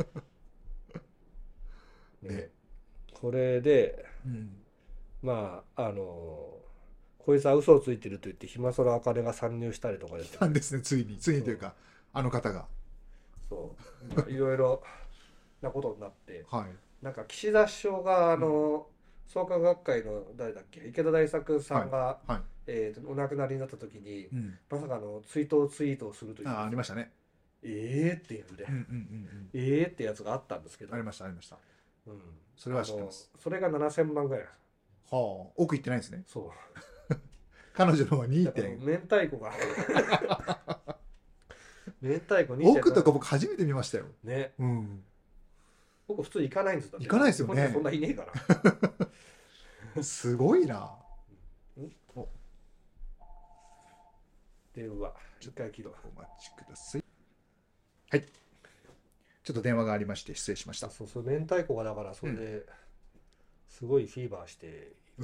ね、これで、うん、まああのこいつは嘘をついてると言って暇空あかねが参入したりとかですね。なんですね、ついについにというかあの方がそういろいろなことになって、 はい、 なんか岸田首相があの、うん、創価学会の誰だっけ池田大作さんが、はいはい、えー、とお亡くなりになった時に、うん、まさかの追悼ツイートをするという、 あありましたね。 えーっていうね、うんうんうんうん、えーってやつがあったんですけど、 ありましたありました、 うん、 それは知ってます。 それがななせんまんぐらい。 はあ、奥行ってないですね。 そう彼女のはにてん。 明太子が明太子にてん。 奥とか僕初めて見ましたよね。 うん。 僕普通行かないんですよ。 行かないですよね。 そんないねえからすごいな。 お電話一回切ろう。 お待ちください。はい、ちょっと電話がありまして失礼しました。 そうそう、明太子がだからそれですごいフィーバーして、 うん、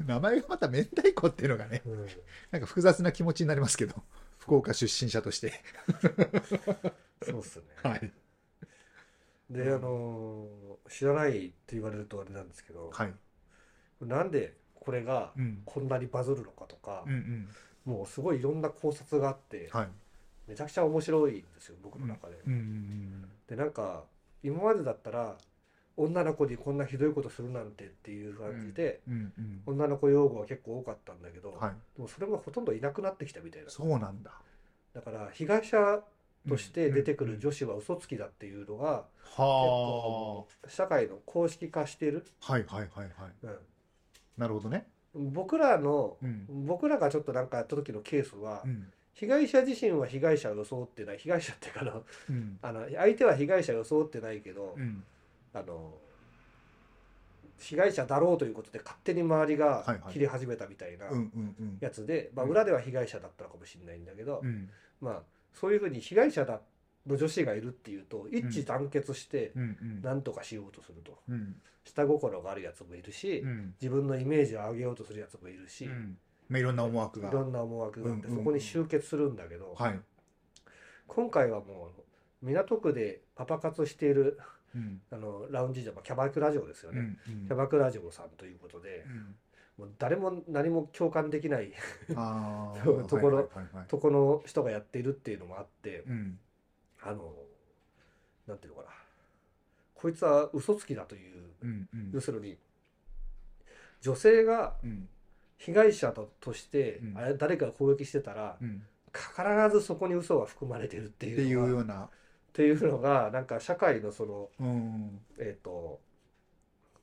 名前がまた明太子っていうのがね、うん、なんか複雑な気持ちになりますけど、福岡出身者としてそうっすね。 はい。 で、うん、あの知らないって言われるとあれなんですけど、はい、なんでこれがこんなにバズるのかとか、うんうんうん、もうすごいいろんな考察があって、はい、めちゃくちゃ面白いんですよ僕の中で。うんうんうん、でなんか今までだったら女の子にこんなひどいことするなんてっていう感じで、うんうんうん、女の子用語は結構多かったんだけど、はい、でもそれもほとんどいなくなってきたみたいな。 そうなんだ。 だから被害者として出てくる女子は嘘つきだっていうのが、うんうんうん、結構社会の公式化している。 はいはいはいはい、うん、なるほどね。 僕らの、うん、僕らがちょっとなんかやった時のケースは、うん、被害者自身は被害者を装ってない、被害者ってから、うん、あの相手は被害者を装ってないけど、うん、あの被害者だろうということで勝手に周りが切り始めたみたいなやつで、まあ、裏では被害者だったのかもしれないんだけど、うん、まあそういうふうに被害者だの女子がいるっていうと一致団結して何とかしようとすると、うん、下心があるやつもいるし、うん、自分のイメージを上げようとするやつもいるし、うんまあ、いろんな思惑がいろんな思惑があってそこに集結するんだけど、はい、今回はもう港区でパパ活している、うん、あのラウンジじゃ、まあ、キャバクラ嬢ですよね、うんうん、キャバクラ嬢さんということで、うん、もう誰も何も共感できないあところ、はいはいはい、とこの人がやっているっていうのもあって、うん、あのなんていうのかな、こいつは嘘つきだという、うんうん、要するに女性が被害者と、として、うん、あれ誰かが攻撃してたら、うん、必ずそこに嘘が含まれてるっていうのが、っていうようなっていうのがなんか社会のその、うん、えっと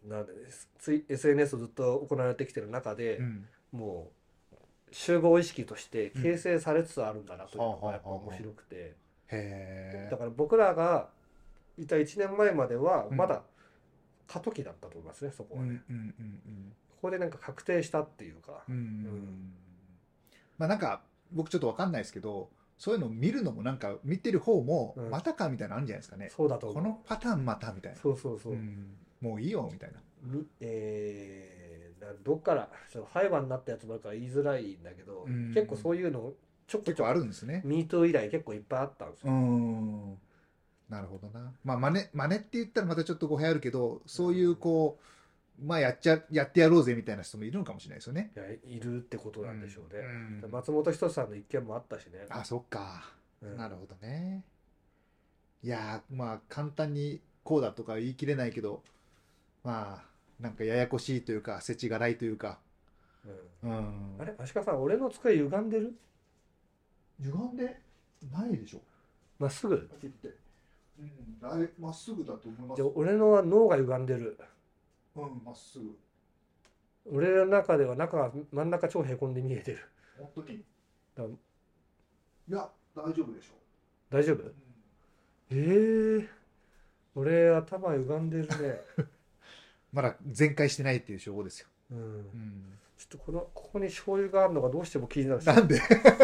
なんでツイ エスエヌエス をずっと行われてきてる中で、 うん、 もう集合意識として形成されつつあるんだなというのがやっぱ面白くて、 へえ。 だから僕らがいたいちねんまえまではまだ過渡期だったと思いますね、そこはね。 うんうんうんうん。 ここでなんか確定したっていうか、 うんうんううんん。まあなんか僕ちょっとわかんないですけど、そういうのを見るのもなんか見てる方もうんまたかみたいなのあるんじゃないですかね。 そうだと思う。 このパターンまたみたいな。 そうそうそう。 うんもういいよみたいな。 みえー、などっからちょっと裁判になったやつばっかり言いづらいんだけど、 うん結構そういうのちょく結構あちょくるんですね。 ミート以来結構いっぱいあったんですうよ。 ん。なるほどな。まあ真似、真似って言ったらまたちょっと語弊あるけど、そういうこう、まあやっちゃ、やってやろうぜみたいな人もいるのかもしれないですよね。 いやいるってことなんでしょうね。 うん松本人志さんの一件もあったしね。 あ、そっか。 うんなるほどね。いやー、まあ簡単にこうだとか言い切れないけど、まあ、なんかややこしいというか、世知辛いというか、 うんうん。 あれ足利さん、俺の机歪んでる？ 歪んでないでしょ。 まっすぐ？ パキって。うん、だいまっすぐだと思います。 じゃあ俺のは脳が歪んでる。 うん、まっすぐ。 俺の中では中が真ん中超へこんで見えてる。 本当に。 だいや、大丈夫でしょ大丈夫？ う。 ええー、俺頭歪んでるね。 まだ全開してないっていう証拠ですよ。 うん。 うん、 ちょっとこのここに醤油があるのがどうしても気になる。 なんで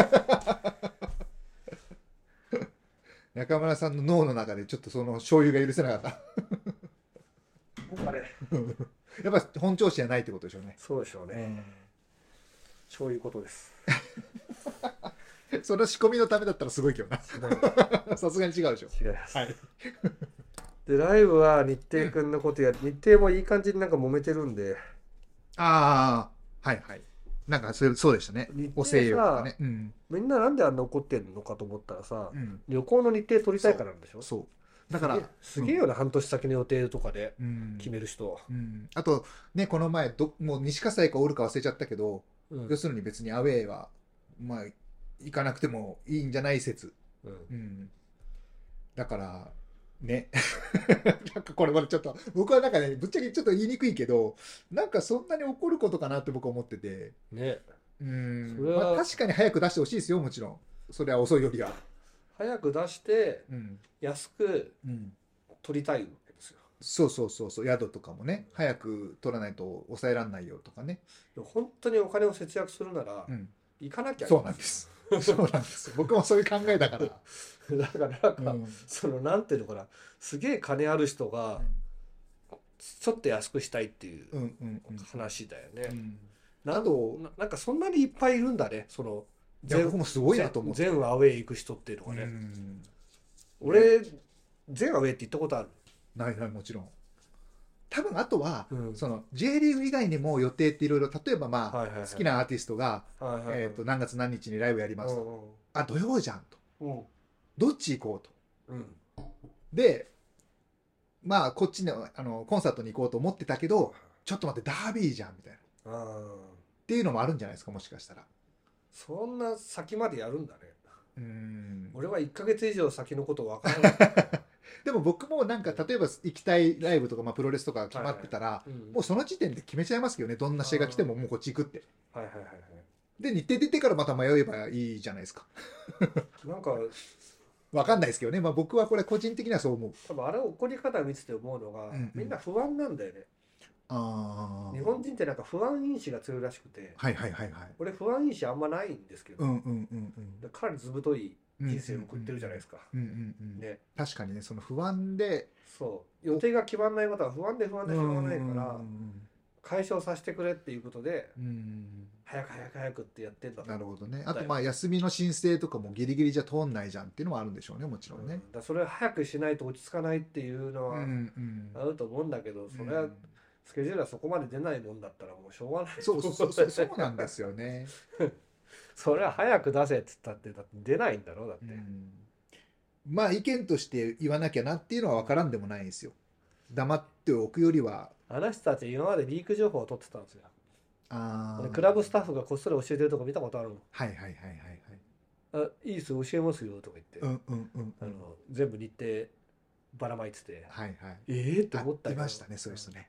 中村さんの脳の中でちょっとその醤油が許せなかった。 あれやっぱ本調子じゃないってことでしょうね。 そうでしょうね。そういうことです。 その仕込みのためだったらすごいけどな。さすがに違うでしょ。 違います。 はい。 でライブは日程くんのことや、日程もいい感じになんか揉めてるんで。 ああ、はいはい。なんかそそうでしたね日。程お声優とかねさ。 うん。 みんななんであんな怒ってんのかと思ったらさ、 うん。 旅行の日程取りたいからなんでしょ。 そう。だから、 すげえすげえよな、半年先の予定とかでうん。 決める人。 うん。あと、ね、この前ど、もう西葛西かおるか忘れちゃったけど、 うん要するに別にアウェーは、まあ、行かなくてもいいんじゃない説。 うんうん。だから、ね。なんかこれまでちょっと、僕はなんかね、ぶっちゃけちょっと言いにくいけど、なんかそんなに怒ることかなって僕は思ってて、 ね、 うん。 それはまあ確かに早く出してほしいですよ、もちろん。それは遅いよりは。 早く出してうん。 安くうん。 取りたいわけですよ。 そうそうそうそう、宿とかもね、早く取らないと抑えられないよとかね。 でも本当にお金を節約するなら、 うん。 行かなきゃいいそうなんです。そうなんです。僕もそういう考えだから。 だからなんか、 うんそのなんていうのかな、すげえ金ある人がちょっと安くしたいっていううんうんうん話だよね。 うん。 なあとななんかそんなにいっぱいいるんだね、そのいや僕もすごいなと思って。 全全アウェー行く人っていうのがね。 うん俺全アウェーって行ったことある。 ないないもちろん。多分あとは、 うんその J リーグ以外にも予定っていろいろ、例えばまあ、 はいはいはい好きなアーティストが、 はいはいはいえっと何月何日にライブやりますと。 うんあ、土曜じゃんと。 うんどっち行こうと。 うんで、まあこっちのあのコンサートに行こうと思ってたけど、ちょっと待ってダービーじゃんみたいな。っああ、 ていうのもあるんじゃないですか、もしかしたら。 そんな先までやるんだね。 うん俺はいっかげつ以上先のことわからない。 でも僕もなんか例えば行きたいライブとか、まあ、プロレスとか決まってたら、 うんもうその時点で決めちゃいますけどね、どんな試合が来てももうこっち行くって。 はいはいはいはで、日程出てからまた迷えばいいじゃないですか。 い。なんかわかんないですけどね、まあ、僕はこれ個人的にはそう思う。 多分あれ怒り方見てて思うのが、 うんうんみんな不安なんだよね。 ああ。 日本人ってなんか不安因子が強いらしくて、 はいはいはいはい。 俺不安因子あんまないんですけど、 うんうんうんうん。 かなりずぶとい人生を送ってるじゃないですか。 うんうんうん。 ね、 確かにね、その不安で、 そう予定が決まらないことは不安で不安でしょうがないからうん解消させてくれっていうことでうんうん早く早く早くってやってんだとなるほどね。あだよとまあ休みの申請とかもギリギリじゃ通んないじゃんっていうのもあるんでしょうね、もちろんね。 うんだからそれを早くしないと落ち着かないっていうのはうんうんあると思うんだけど、それはうんスケジュールはそこまで出ないもんだったらもうしょうがない。 そうそうそうそうそうなんですよね。 それは早く出せっつったってだって出ないんだろうだって、 うんまあ意見として言わなきゃなっていうのは分からんでもないんですよ。黙っておくよりは。 あの人たち今までリーク情報を取ってたんですよ。 あ俺クラブスタッフがこっそり教えてるとこ見たことあるもん。 はいはいはいはいはい。 あいいっす教えますよとか言って、 うんうんうんうん。 あの全部日程ばらまいてて、 はいはい。 ええー、ってあ思ったけどいましたね、そういう人ね。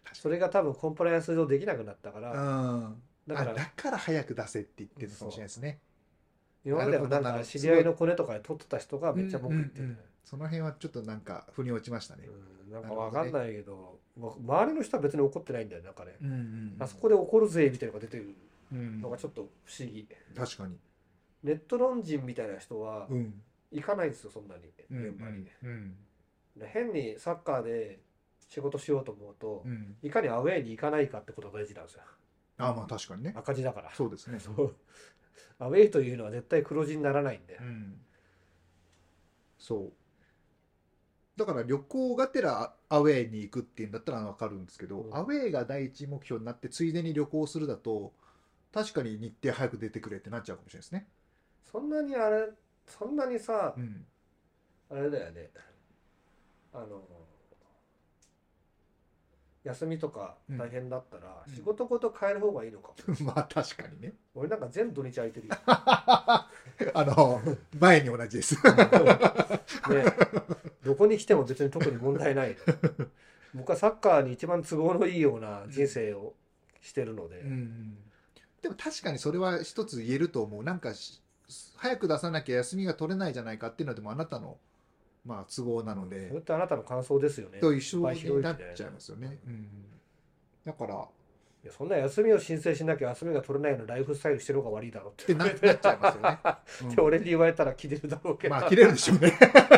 それが多分コンプライアンス上できなくなったから、 うん、 だからだから早く出せって言ってるのかもしれないですね。 今まではなんか知り合いのコネとかで取ってた人がめっちゃ文句言ってる、うんうんうん、 その辺はちょっとなんか腑に落ちましたね、 うん、なんかわかんないけど、ね、周りの人は別に怒ってないんだよなんかね、 うんうんうん、 あそこで怒るぜみたいなのが出てるのがちょっと不思議、 うん、確かにネット論人みたいな人は行かないんですよそんなに現場に、うんうんうん、変にサッカーで仕事しようと思うと、うん、いかにアウェーに行かないかってことが大事なんですよ。 ああまあ確かにね、 赤字だから。 そうですね。 そうアウェーというのは絶対黒字にならないんで、うん、 そうだから旅行がてらアウェーに行くっていうんだったら分かるんですけど、うん、アウェーが第一目標になってついでに旅行するだと確かに日程早く出てくれってなっちゃうかもしれないですね。 そんなにあれそんなにさ、うん、あれだよね、あの休みとか大変だったら仕事ごと変える方がいいのかも、 うん、まあ確かにね。 俺なんか全土日空いてるよあの前に同じですね、 どこに来ても別に特に問題ない僕はサッカーに一番都合のいいような人生をしてるので、うんうん、 でも確かにそれは一つ言えると思う。なんか早く出さなきゃ休みが取れないじゃないかっていうのでもあなたのまあ都合なので、 それってあなたの感想ですよねと一緒になっちゃいますよね、うん、だからいやそんな休みを申請しなきゃ休みが取れないようなライフスタイルしてる方が悪いだろうってなっちゃいますよね、 うん、で俺に言われたら切れるだろうけど、 まあ切れるでしょうね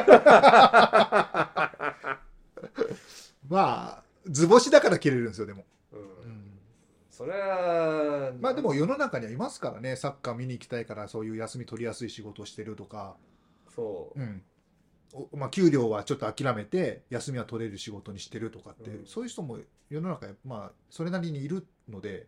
まあ図星だから切れるんですよでも、うんうん、 それはまあでも世の中にはいますからね、サッカー見に行きたいからそういう休み取りやすい仕事をしてるとか、 そう、 うんまあ、給料はちょっと諦めて休みは取れる仕事にしてるとかって、うん、そういう人も世の中まあそれなりにいるので、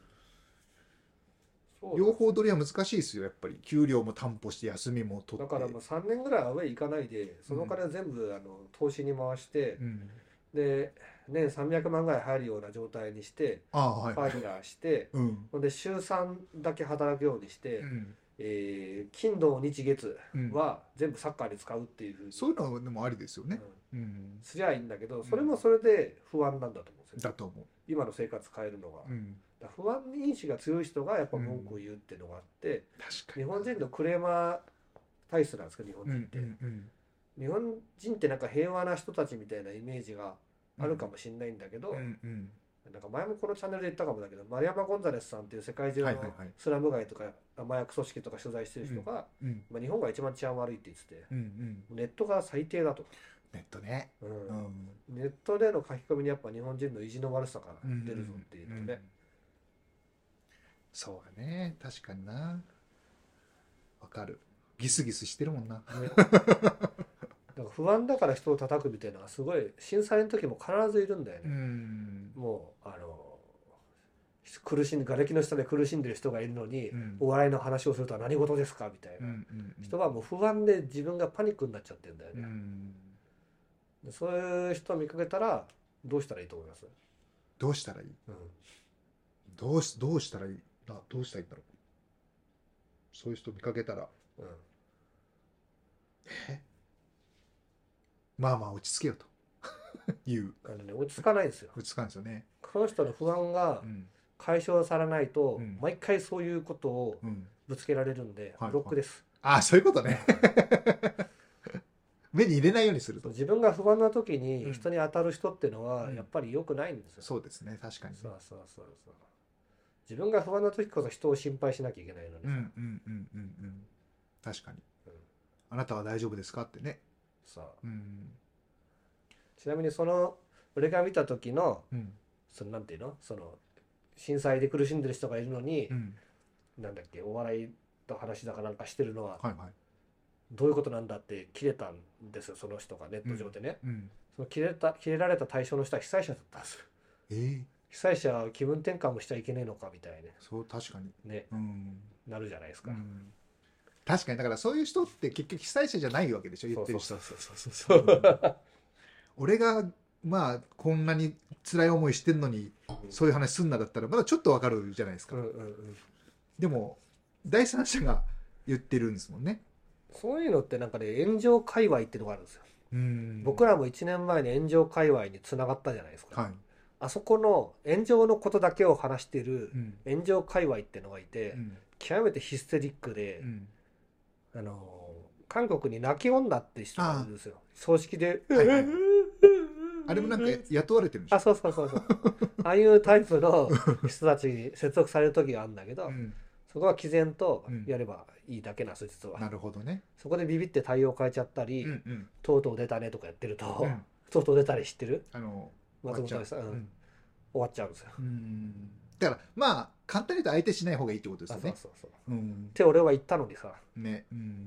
うん、両方取りは難しいですよやっぱり。給料も担保して休みも取って、 だからもうさんねんぐらいアウェイ行かないでその金全部、うん、あの投資に回して、うん、で年さんびゃくまんぐらい入るような状態にしてファイヤーして、うん、で週さんだけ働くようにして、うんえー、金土日月は全部サッカーに使うっていうふうに、 うん、そういうのでもありですよね、 うんうん、すりゃいいんだけどそれもそれで不安なんだと思うんですよ、ね、 だと思う。 今の生活変えるのが、うん、だ不安因子が強い人がやっぱ文句を言うっていうのがあって、うん、日本人のクレーマー体質なんですか日本人って、うんうんうん、日本人ってなんか平和な人たちみたいなイメージがあるかもしれないんだけど、うんうんうんなんか前もこのチャンネルで言ったかもだけど丸山ゴンザレスさんっていう世界中のスラム街とか麻薬組織とか取材してる人が、うんうんまあ、日本が一番治安悪いって言ってて、うんうん、ネットが最低だと。 ネットね、うんうん、ネットでの書き込みにやっぱ日本人の意地の悪さが出るぞっていうとね、うんうんうん、 そうだね確かになわかる。ギスギスしてるもんな、ねだから不安だから人を叩くみたいなのがすごい震災の時も必ずいるんだよね。うんもうあの苦しんで瓦礫の下で苦しんでる人がいるのに、うん、お笑いの話をするとは何事ですかみたいな、うんうんうん、人はもう不安で自分がパニックになっちゃってるんだよね、うん、でそういう人を見かけたらどうしたらいいと思います？ どうしたらいい、うん、どうしどうしたらいいあどうしたらいいんだろう。そういう人見かけたら、うん、えまあまあ落ち着けよというあの、ね、落ち着かないんですよ。 落ち着かないですよね。 この人の不安が解消されないと、うん、毎回そういうことをぶつけられるんで、うん、ブロックです、 はいはい、ああそういうことね目に入れないようにすると。 自分が不安な時に人に当たる人っていうのはやっぱり良くないんですよ、うん、 そうですね確かに。 そうそうそうそう自分が不安な時こそ人を心配しなきゃいけないのに、うんうんうんうんうん確かに、うん、あなたは大丈夫ですかってね。 さあ、うん、ちなみにその俺が見た時の、うん、そのなんていうのその震災で苦しんでる人がいるのに、うん、なんだっけお笑いの話だかなんかしてるのは、はいはい、どういうことなんだって切れたんですよその人がネット上でね、うんうん、その切れた切れられた対象の人は被災者だったんですよ。えー、被災者は気分転換もしちゃいけねえのかみたいな、ね、 そう確かにね、 うん、なるじゃないですか、うん確かに。だからそういう人って結局被災者じゃないわけでしょ言ってる人。 そうそうそうそうそう、うん、 俺がまあこんなに辛い思いしてんのに、うん、そういう話すんなだったらまだちょっとわかるじゃないですか、うんうんうん、でも第三者が言ってるんですもんね。 そういうのってなんかね炎上界隈っていうのがあるんですよ。うん僕らもいちねんまえに炎上界隈につながったじゃないですか、はい、 あそこの炎上のことだけを話してるうん炎上界隈ってのがいて、 うん極めてヒステリックで、 うんあの韓国に泣き女って人がいるんですよ。葬式で、 はいはいあれもなんか雇われてるんでしょ。 あ、そうそうそうそう。ああいうタイプの人たちに接続される時があるんだけど、 うんそこは毅然とうんやればいいだけなんですよ、実は。 なるほどね。 そこでビビって対応変えちゃったり、 うんうんとうとう出たねとかやってると、 うんとうとう出たり知ってるあの松本さん、 ううんん、終わっちゃうんですよ。 うんだからまあ簡単に言うと相手しない方がいいってことですあ、 よね。 そうそうそう。 うんって俺は言ったのにさ、 ねうんうん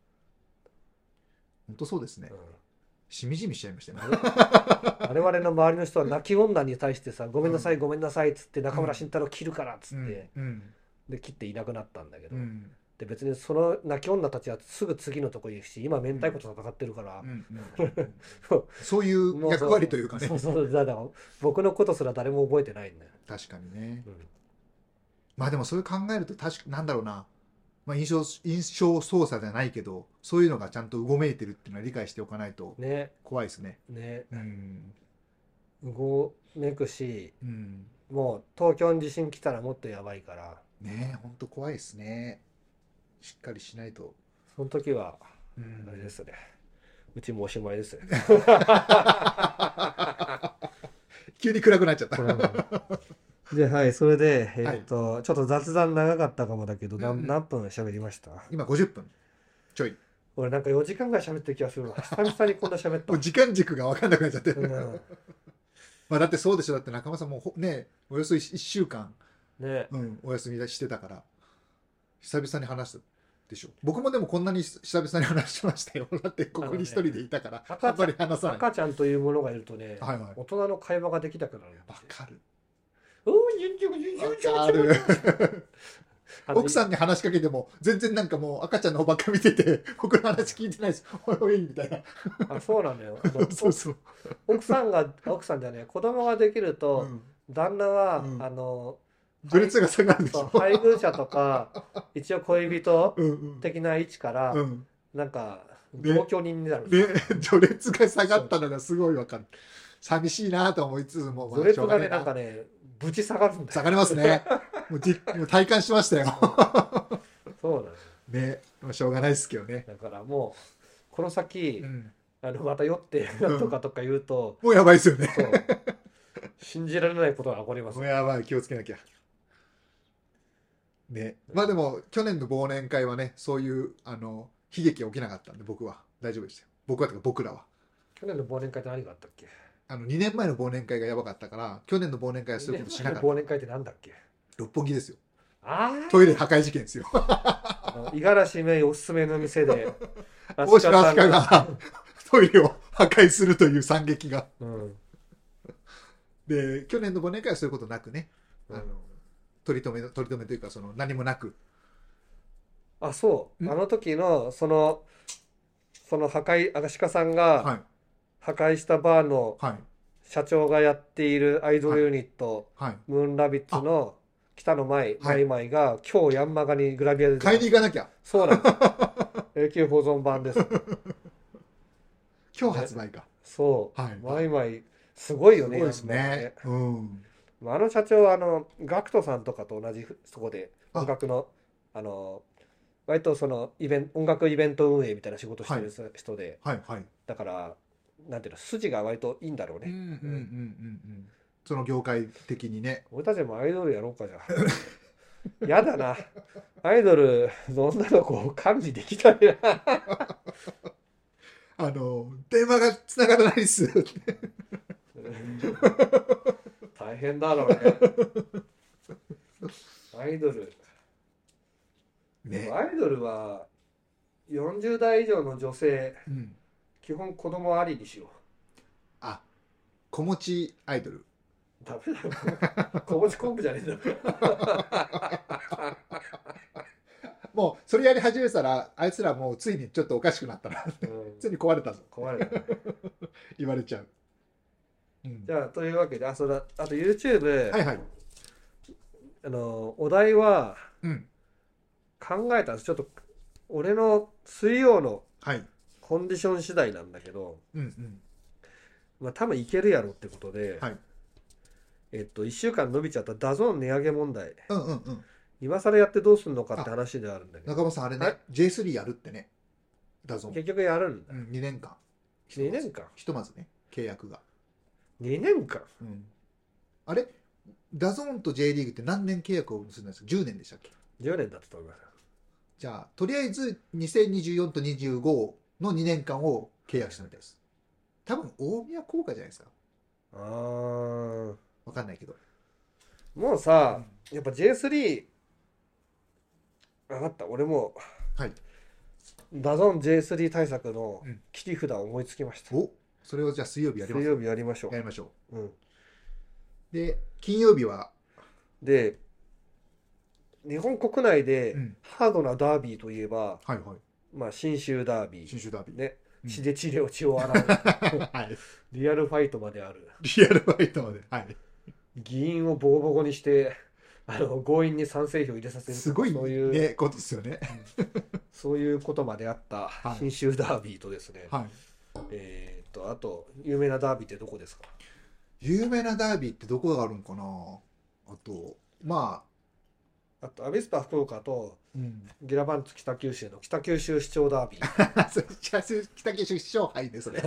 本当そうですね。 うんしみじみしちゃいましたね。 我々の周りの人は泣き女に対してさ、ごめんなさいごめんなさいっつって中村慎太郎切るからっつって、 うんで切っていなくなったんだけど、 うんで別にその泣き女たちはすぐ次のとこに行くし、今明太子と戦ってるから、 うんうんそういう役割というかね。 そうそうだから僕のことすら誰も覚えてないんだよ、 確かにね。 うんまあでもそれ考えると確かなんだろうな。まあ印象印象操作じゃないけど、そういうのがちゃんとうごめいてるっていうのは理解しておかないとね怖いですね。 ねうんうごめくし、 うんもう東京に地震来たらもっとやばいから、 ねえ本当怖いですね。しっかりしないと。 その時はうんあれですね、うちもおしまいですね。 急に暗くなっちゃった。 で、はい、それで、えはいーっと、ちょっと雑談長かったかもだけど、なうんうん何分喋りました？ 今ごじゅっぷんちょい。 俺なんかよじかんぐらい喋ってる気がするわ。久々にこんな喋った。 もう時間軸が分かんなくなっちゃって。 うんまあだってそうでしょ。だって中間さんもほねおよそいっしゅうかん、 ね、 うん、お休みしてたから久々に話したでしょ。僕もでもこんなに久々に話しましたよ。だってここに一人でいたから、 あのねあんまり話さない。 赤ちゃんというものがいるとね、 はいはい大人の会話ができなくなる。 わかる。 おーじゅんじゅんじゅんじゅんじゅんわかる。 あの奥さんに話しかけても全然なんかもう赤ちゃんの方ばっか見てて僕の話聞いてないです。おいおいみたいな。 あ、そうなんだよ。あのそうそう。 奥さんが、奥さんじゃねえ、子供ができるうと、 ん旦那は、 うんあの、 序列が下がるでしょ。 そう配偶者とか、一応恋人うんうん的な位置から、 うん。 なんか、 で同居人になる。 で序列が下がったのがすごいわかる。寂しいなと思いつつも、まあ序列しょうねえがね、なんかね、ぶち下がるんだよ。 下がりますね。もうじもう体感しましたよ。 そうなのよ。 ね、まあしょうがないですけどね。 だからもう、この先、 うんあのまた酔ってうんとかとか言うと、 もうやばいですよね。 そう信じられないことが起こりますもう。やばい、気をつけなきゃ。ね、まあでも去年の忘年会はね、そういうあの悲劇が起きなかったんで僕は大丈夫でしたよ。僕はというか僕らは。 去年の忘年会って何があったっけ？ あのにねんまえの忘年会がやばかったから去年の忘年会はそういうことしなかった。 忘年会ってなんだっけ？ 六本木ですよ。 あトイレ破壊事件ですよ。 あ、五十嵐芽衣おすすめの店で、 大島明日香がトイレを破壊するという惨劇が。 うん、 で、去年の忘年会はそういうことなくね、あのうん取り留め、取り留めというか、その何もなく。 あ、そう、 んあの時のそのその破壊、アシカさんがはい。 破壊したバーのはい。 社長がやっているアイドルユニット、 はい。 ムーンラビッツの北野舞、 はいマイマイが今日ヤンマガにグラビアで出て買いに行かなきゃ。 そうなんです。永久保存版です。 今日発売か。 そう。 はいマイマイ、すごいよね。 すごいですね。 ヤンマうん。 ガねあの社長は、あの、ガクトさんとかと同じそこで、 あ音楽の、あの、割とそのイベント、音楽イベント運営みたいな仕事してる人で、 はいはい。 だから、なんていうの、筋が割といいんだろううんうんうんね。 うんうん。その業界的にね。 俺たちもアイドルやろうかじゃあ。やだな。アイドルの女の子を管理できないな。 あの、電話がつながらないっす。 大変だろうね。アイドル。 ね。 アイドルはよんじゅう代以上の女性、 うん。 基本子供ありにしよあ、子持ちアイドル。 う。ダメだよ。子持ちコンプじゃねえんだ。 もう、それやり始めたら、あいつらもうついにちょっとおかしくなったな。 うんついに壊れたぞ。 壊れたね。 言われちゃう。うんじゃあというわけで、あ、そうだ、あと YouTube、 はいはい。 あのお題はうん。 考えたんです。ちょっと俺の水曜のはい。 コンディション次第なんだけど、 うんうん。 まあ多分いけるやろってことで、 はいえっといっしゅうかん伸びちゃったダゾーン値上げ問題、 うんうんうん。 今更やってどうするのかって話ではあるんだけど、 中本さんあれね、ジェイスリー やるってね、ダゾーン。 結局やるんだ、 うん、にねんかん。 にねんかんひとまずね、契約が。 にねんかんうん。あれダゾーンと J リーグって何年契約を結んだんですか？ じゅう 年でしたっけ？ じゅうねんだったと思います。 じゃあ、とりあえずにせんにじゅうよんとにじゅうごのにねんかんを契約したみたいです。多分、大宮効果じゃないですか。 あーわかんないけど。 もうさ、やっぱ ジェイスリー 分かった、俺もはい。 ダゾーン ジェイスリー 対策のうん切り札を思いつきました。 お、それをじゃあ水曜日やります。 水曜日やりましょやりましょう。うん、 う。で、金曜日は、 で、日本国内でうんハードなダービーといえば、 はいはい。 まあ、信州ダービー、 新州ダービー。 ね、 うん血で血で血を洗うはい。 リアルファイトまである。 リアルファイトまで。はい。 議員をボコボコにしてあの強引に賛成票入れさせるとか、 すごいそういう、 ね、ことですよね。 そういうことまであったはい信州ダービーとですね、 はい。 えーっとあと有名なダービーってどこですか？ 有名なダービーってどこがあるんかな。あと、まあとアビスパ福岡とあ、うん。 ギラバンツ北九州の北九州市長ダービーそれ北九州市長杯ね、それ。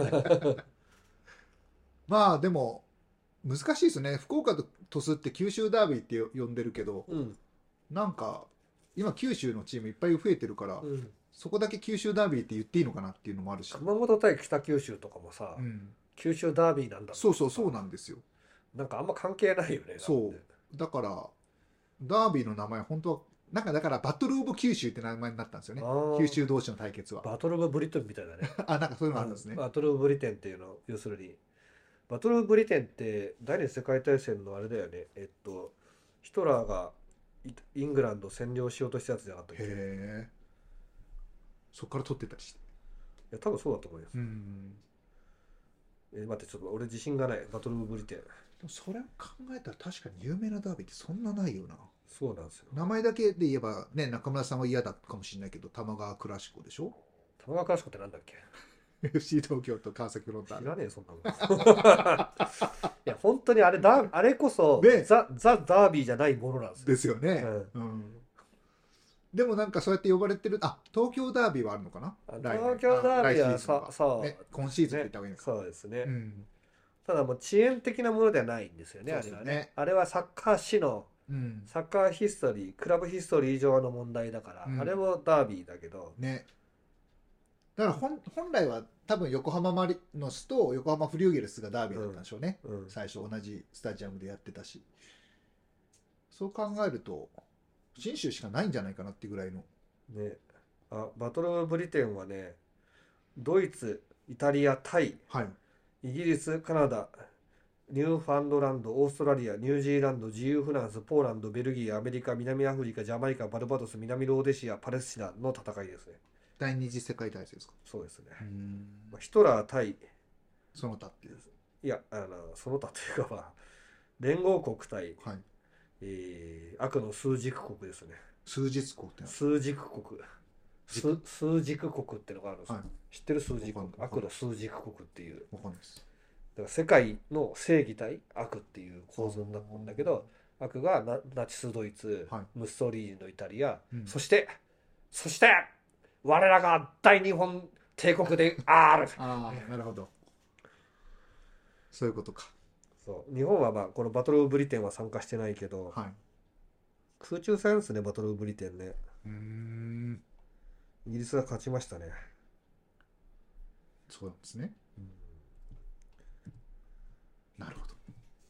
まあ、でも、難しいですね。福岡と鳥栖って九州ダービーって呼んでるけど、 うんなんか、今九州のチームいっぱい増えてるから、 うんそこだけ九州ダービーって言っていいのかなっていうのもあるし。 熊本対北九州とかもさ、 うん。 九州ダービーなんだそうそうそうなんですよ。 なんかあんま関係ないよね。 そうだからダービーの名前本当はなんかだからバトルオブ九州って名前になったんですよね。九州同士の対決は。 バトルオブブリテンみたいだね。 あ、なんかそういうのあるんですね。 バトルオブブリテンっていうの要するにバトルオブブリテンって第二次世界大戦のあれだよね。えっとヒトラーがイイングランドを占領しようとしたやつじゃなかったっけ？いへえ。そこから取ってたりして。 や多分そうだと思います。 うん。 え待ってちょっと俺自信がない。バトルオブブリテン。 でもそれを考えたら確かに有名なダービーってそんなないよな。 そうなんですよ。 名前だけで言えばね、中村さんは嫌だかもしれないけど、玉川クラシコでしょ。 玉川クラシコってなんだっけ？ エフシー 東京と川崎フロンターレ。 知らねえそんなの。いや本当にあれだあれこそ、 ねザ・ザ・ダービーじゃないものなんですよ。 ですよね。 ううん。でもなんかそうやって呼ばれてる、あ、東京ダービーはあるのかな。来年東京ダービーはあ来シーズンささね、今シーズンって言った方がいいのか。 そうですね。 うん。 ただもう遅延的なものではないんですよね、あれはそうですねね。あれはサッカー史のうん。 サッカーヒストリー、クラブヒストリー上の問題だから、 うんあれもダービーだけど、 ね。だから本本来は多分横浜マリノスと横浜フリューゲルスがダービーだったんでしょうね。 うん、 最初同じスタジアムでやってたし。そう考えると、信州しかないんじゃないかなっていうぐらいの。 ね。あ、バトル・オブ・ブリテンはね、ドイツ、イタリア、タイ、 はい。 イギリス、カナダ、ニューファンドランド、オーストラリア、ニュージーランド、自由フランス、ポーランド、ベルギー、アメリカ、南アフリカ、ジャマイカ、バルバドス、南ローデシア、パレスチナの戦いですね。 第二次世界大戦ですか。 そうですね。 うんまあヒトラー対、 その他っていう。 いや、あのその他というか、まあ、連合国対、 はい。 えー悪の数軸国ですね。 数日国ってのは数軸国。数数軸国ってのがあるんですよ。 はい。 知ってる数軸国。 わかんない悪の数軸国っていう。 わかんないです。 だから世界の正義対悪っていう構図になったんだけど、悪がナナチスドイツ、 はいムッソリーニのイタリア、 うんそしてそして我らが大日本帝国である。 ああ、なるほど。そういうことか。 そう日本はまあこのバトル・オブ・ブリテンは参加してないけど、 はい。 空中戦ですね、バトル・オブ・ブリテンね。 うーん。 イギリスが勝ちましたね。 そうなんですね。なるほど。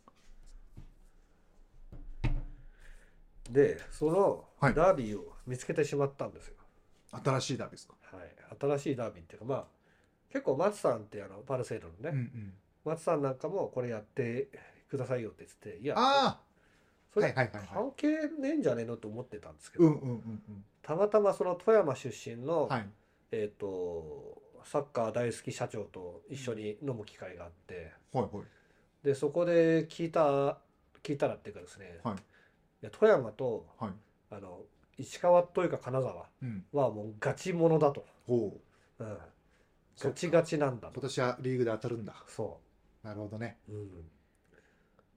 でそのはいダービーを見つけてしまったんですよ。 新しいダービーですか。 はい、新しいダービーっていうかまあ結構松さんってあのパルセイロのね、 うんうん。 松さんなんかもこれやってくださいよって言ってて、いやああ、はそれいはいはいはい。 関係ねえんじゃねえのと思ってたんですけど、 うんうんうんうん。 たまたまその富山出身の、 はい。 えっとサッカー大好き社長と一緒に飲む機会があって、 はいはい。 でそこで聞いた聞いたらっていうかですね、 はい。 いや富山とはい。 あの石川というか金沢うん。 はもうガチモノだと、 ほう。 うん、 そうガチガチなんだと。 今年はリーグで当たるんだ。 そなるほどね。 う、うん、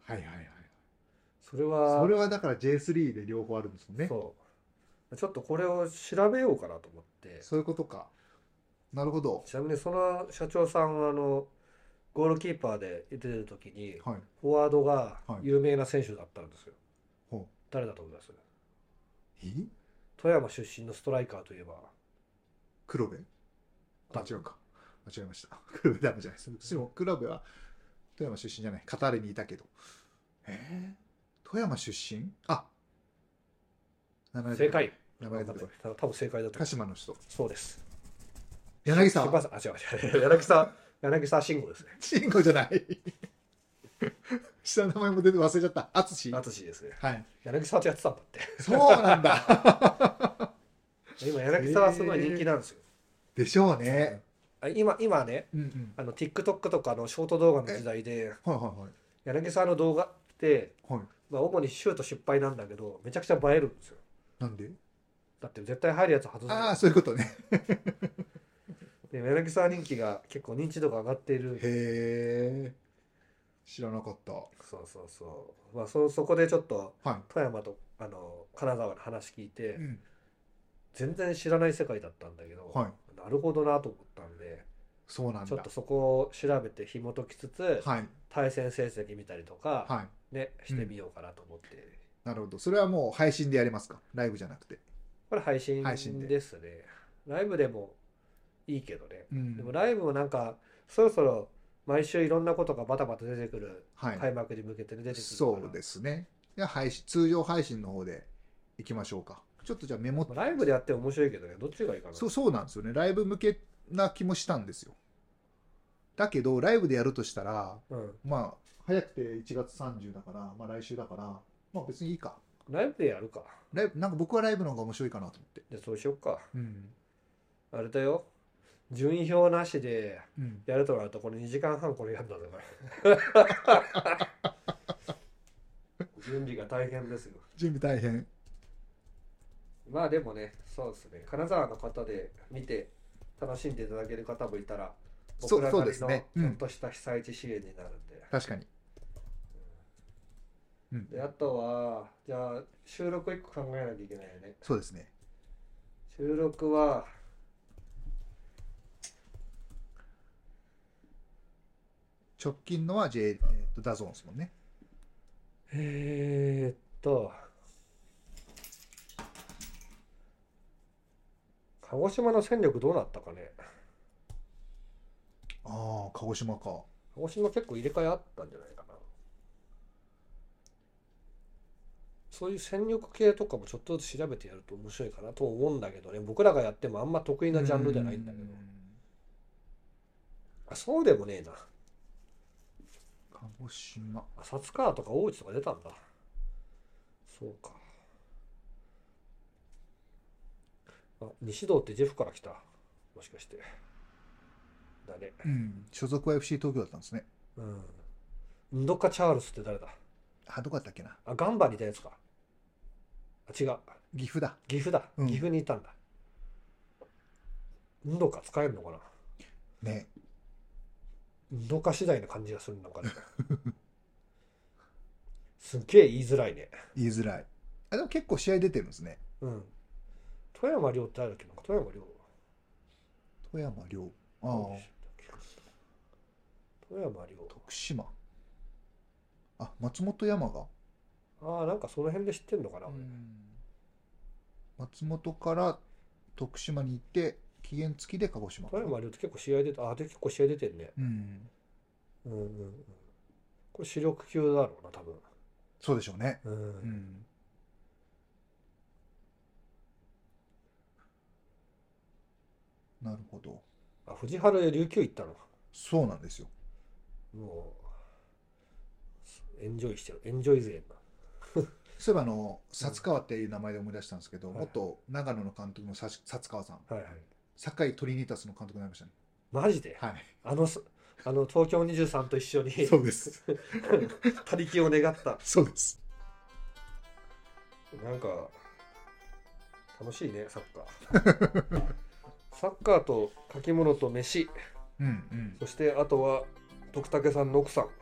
はいはいはい。 それはそれはだから ジェイスリー で両方あるんですもんね。 そうちょっとこれを調べようかなと思って。 そういうことか。なるほど。 ちなみにその社長さんはあのゴールキーパーで出てる時に、 はい、 フォワードがはい有名な選手だったんですよ。 ほう誰だと思います？ え富山出身のストライカーといえば黒部あ、違うか。間違えました。黒部ダメじゃないです。でも黒部は富山出身じゃない。カタールにいたけど。えー、富山出身あ名前正解。 名前出てこい。 多分正解だと思う。 鹿島の人。 そうです。 柳沢。 あ、違う違う。柳沢、柳沢慎吾ですね。 慎吾じゃない。下の名前も出て忘れちゃった。淳。 淳ですね。 はい。 柳沢とやってたんだって。 そうなんだ。 今柳沢すごい人気なんですよ。 でしょうね。 今今ね、 うんうん、 あの TikTok とかのショート動画の時代で、 はいはいはい、 柳沢の動画って、 はい、 まあ、主にシュート失敗なんだけどめちゃくちゃ映えるんですよ。 なんで？ だって絶対入るやつ外す。 ああ、そういうことね。 で柳沢人気が結構認知度が上がっている。 へえ、知らなかった。 そうそうそう、まあ、そ, そこでちょっと、 はい、 富山とあの金沢の話聞いて、 うん、 全然知らない世界だったんだけど、 はい、 なるほどなと思ったんで、 そうなんだ。 ちょっとそこを調べて紐解きつつ、 はい、 対戦成績見たりとか、 はい、 ね、してみようかなと思って、 うん、なるほど。それはもう配信でやりますか？ライブじゃなくて。 これ配信配信でですね。ライブでもいいけどね、 うん、 でもライブもなんかそろそろ毎週いろんなことがバタバタ出てくる、 はい、 開幕に向けて出てくるから。 そうですね。いや配信通常配信の方でいきましょうか。ちょっとじゃあメモ。 ライブでやって面白いけどね、どっちがいいかな。 そうそうなんですよね。ライブ向けな気もしたんですよ。だけどライブでやるとしたら、うん、まあ早くていちがつさんじゅうだから、まあ、来週だから、まあ別にいいか。 ライブでやるか。 ライブなんか僕はライブの方が面白いかなと思って。 でそうしよっか。 うん、 あれだよ。順位表なしでやるとなるとこれにじかんはんこれやるんだから準備が大変ですよ。 準備大変。 まあでもね、そうですね、金沢の方で見て楽しんでいただける方もいたら僕らなりのちょっとした被災地支援になるんで、 確かに、 うん、であとはじゃあ収録いっこ考えなきゃいけないよね。 そうですね。 収録は直近のは J、えー、とダゾーンですもんね。 えー、っと鹿児島の戦力どうなったかね。 ああ、鹿児島か。 鹿児島結構入れ替えあったんじゃないかな。そういう戦力系とかもちょっとずつ調べてやると面白いかなと思うんだけどね。僕らがやってもあんま得意なジャンルじゃないんだけど。あ、そうでもねえな。 鹿児島。 あ、薩川とか大内とか出たんだ。そうか。あ、西堂ってジェフから来た。もしかして。だね。 うん。所属は エフシー 東京だったんですね。 うん。ンドカチャールスって誰だ？ あ、どこだったっけな。 あ、ガンバにいたやつか。あ、違う。 岐阜だ。 岐阜だ。 うん、 岐阜にいたんだ。ンドカ使えるのかな。 ね。 ンドカ次第な感じがするのかね。すっげえ言いづらいね。 言いづらい。あ、でも結構試合出てるんですね。 うん。富山亮って誰だっけな。富山亮。 富山亮。ああ。 富山亮。 徳島。あ、松本山が。 ああ、なんかその辺で知ってんのかな。 松本から徳島に行って期限付きで鹿児島。 富山亮って結構試合出て、ああ、で結構試合出てんね。うん。うんうんうん。これ主力級だろうな、多分。 そうでしょうね。 うん。うん、 なるほど。 あ、藤原で琉球行ったの。 そうなんですよ。 もうエンジョイしてる。エンジョイ勢な。 そういえばあの薩川っていう名前で思い出したんですけど、うん、元長野の監督の薩川さん、 はいはい、 堺トリニタスの監督になりましたね。 マジで？ はい。 あのあの東京にじゅうさんと一緒にそうです他力を願った。 そうです。 なんか楽しいね、サッカーサッカーと書き物と飯、 うんうん、 そしてあとは徳武さんの奥さん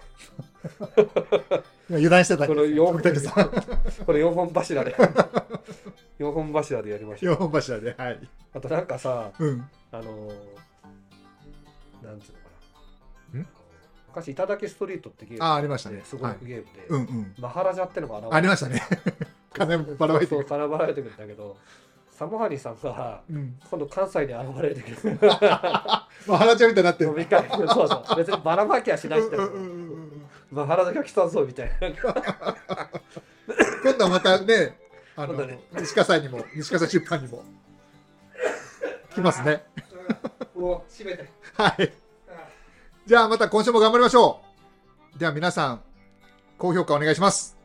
油断してたこのよん徳武さんこれよんほん柱でよんほん柱でやりました。 よんほん柱で、はい。 あとなんかさ、 うん、 あのー、なんつうのかな、 ん昔いただきストリートってゲームあありましたね。 すごいゲームで、 はい、うんうん、 マハラジャってのがありましたね金ばらまいてくる。 そう金ばらまいてくるんだけど、サモハニさんが、うん、今度関西に現れてくるマハラジャみたいになってる。 飲み会そうそう別にばらまきはしないんだけどマハラジャが来たぞみたいな今度はまたね、あのね西葛西にも西葛西出版にも来ますねもう閉めて。 はいじゃあまた今週も頑張りましょう。では皆さん高評価お願いします。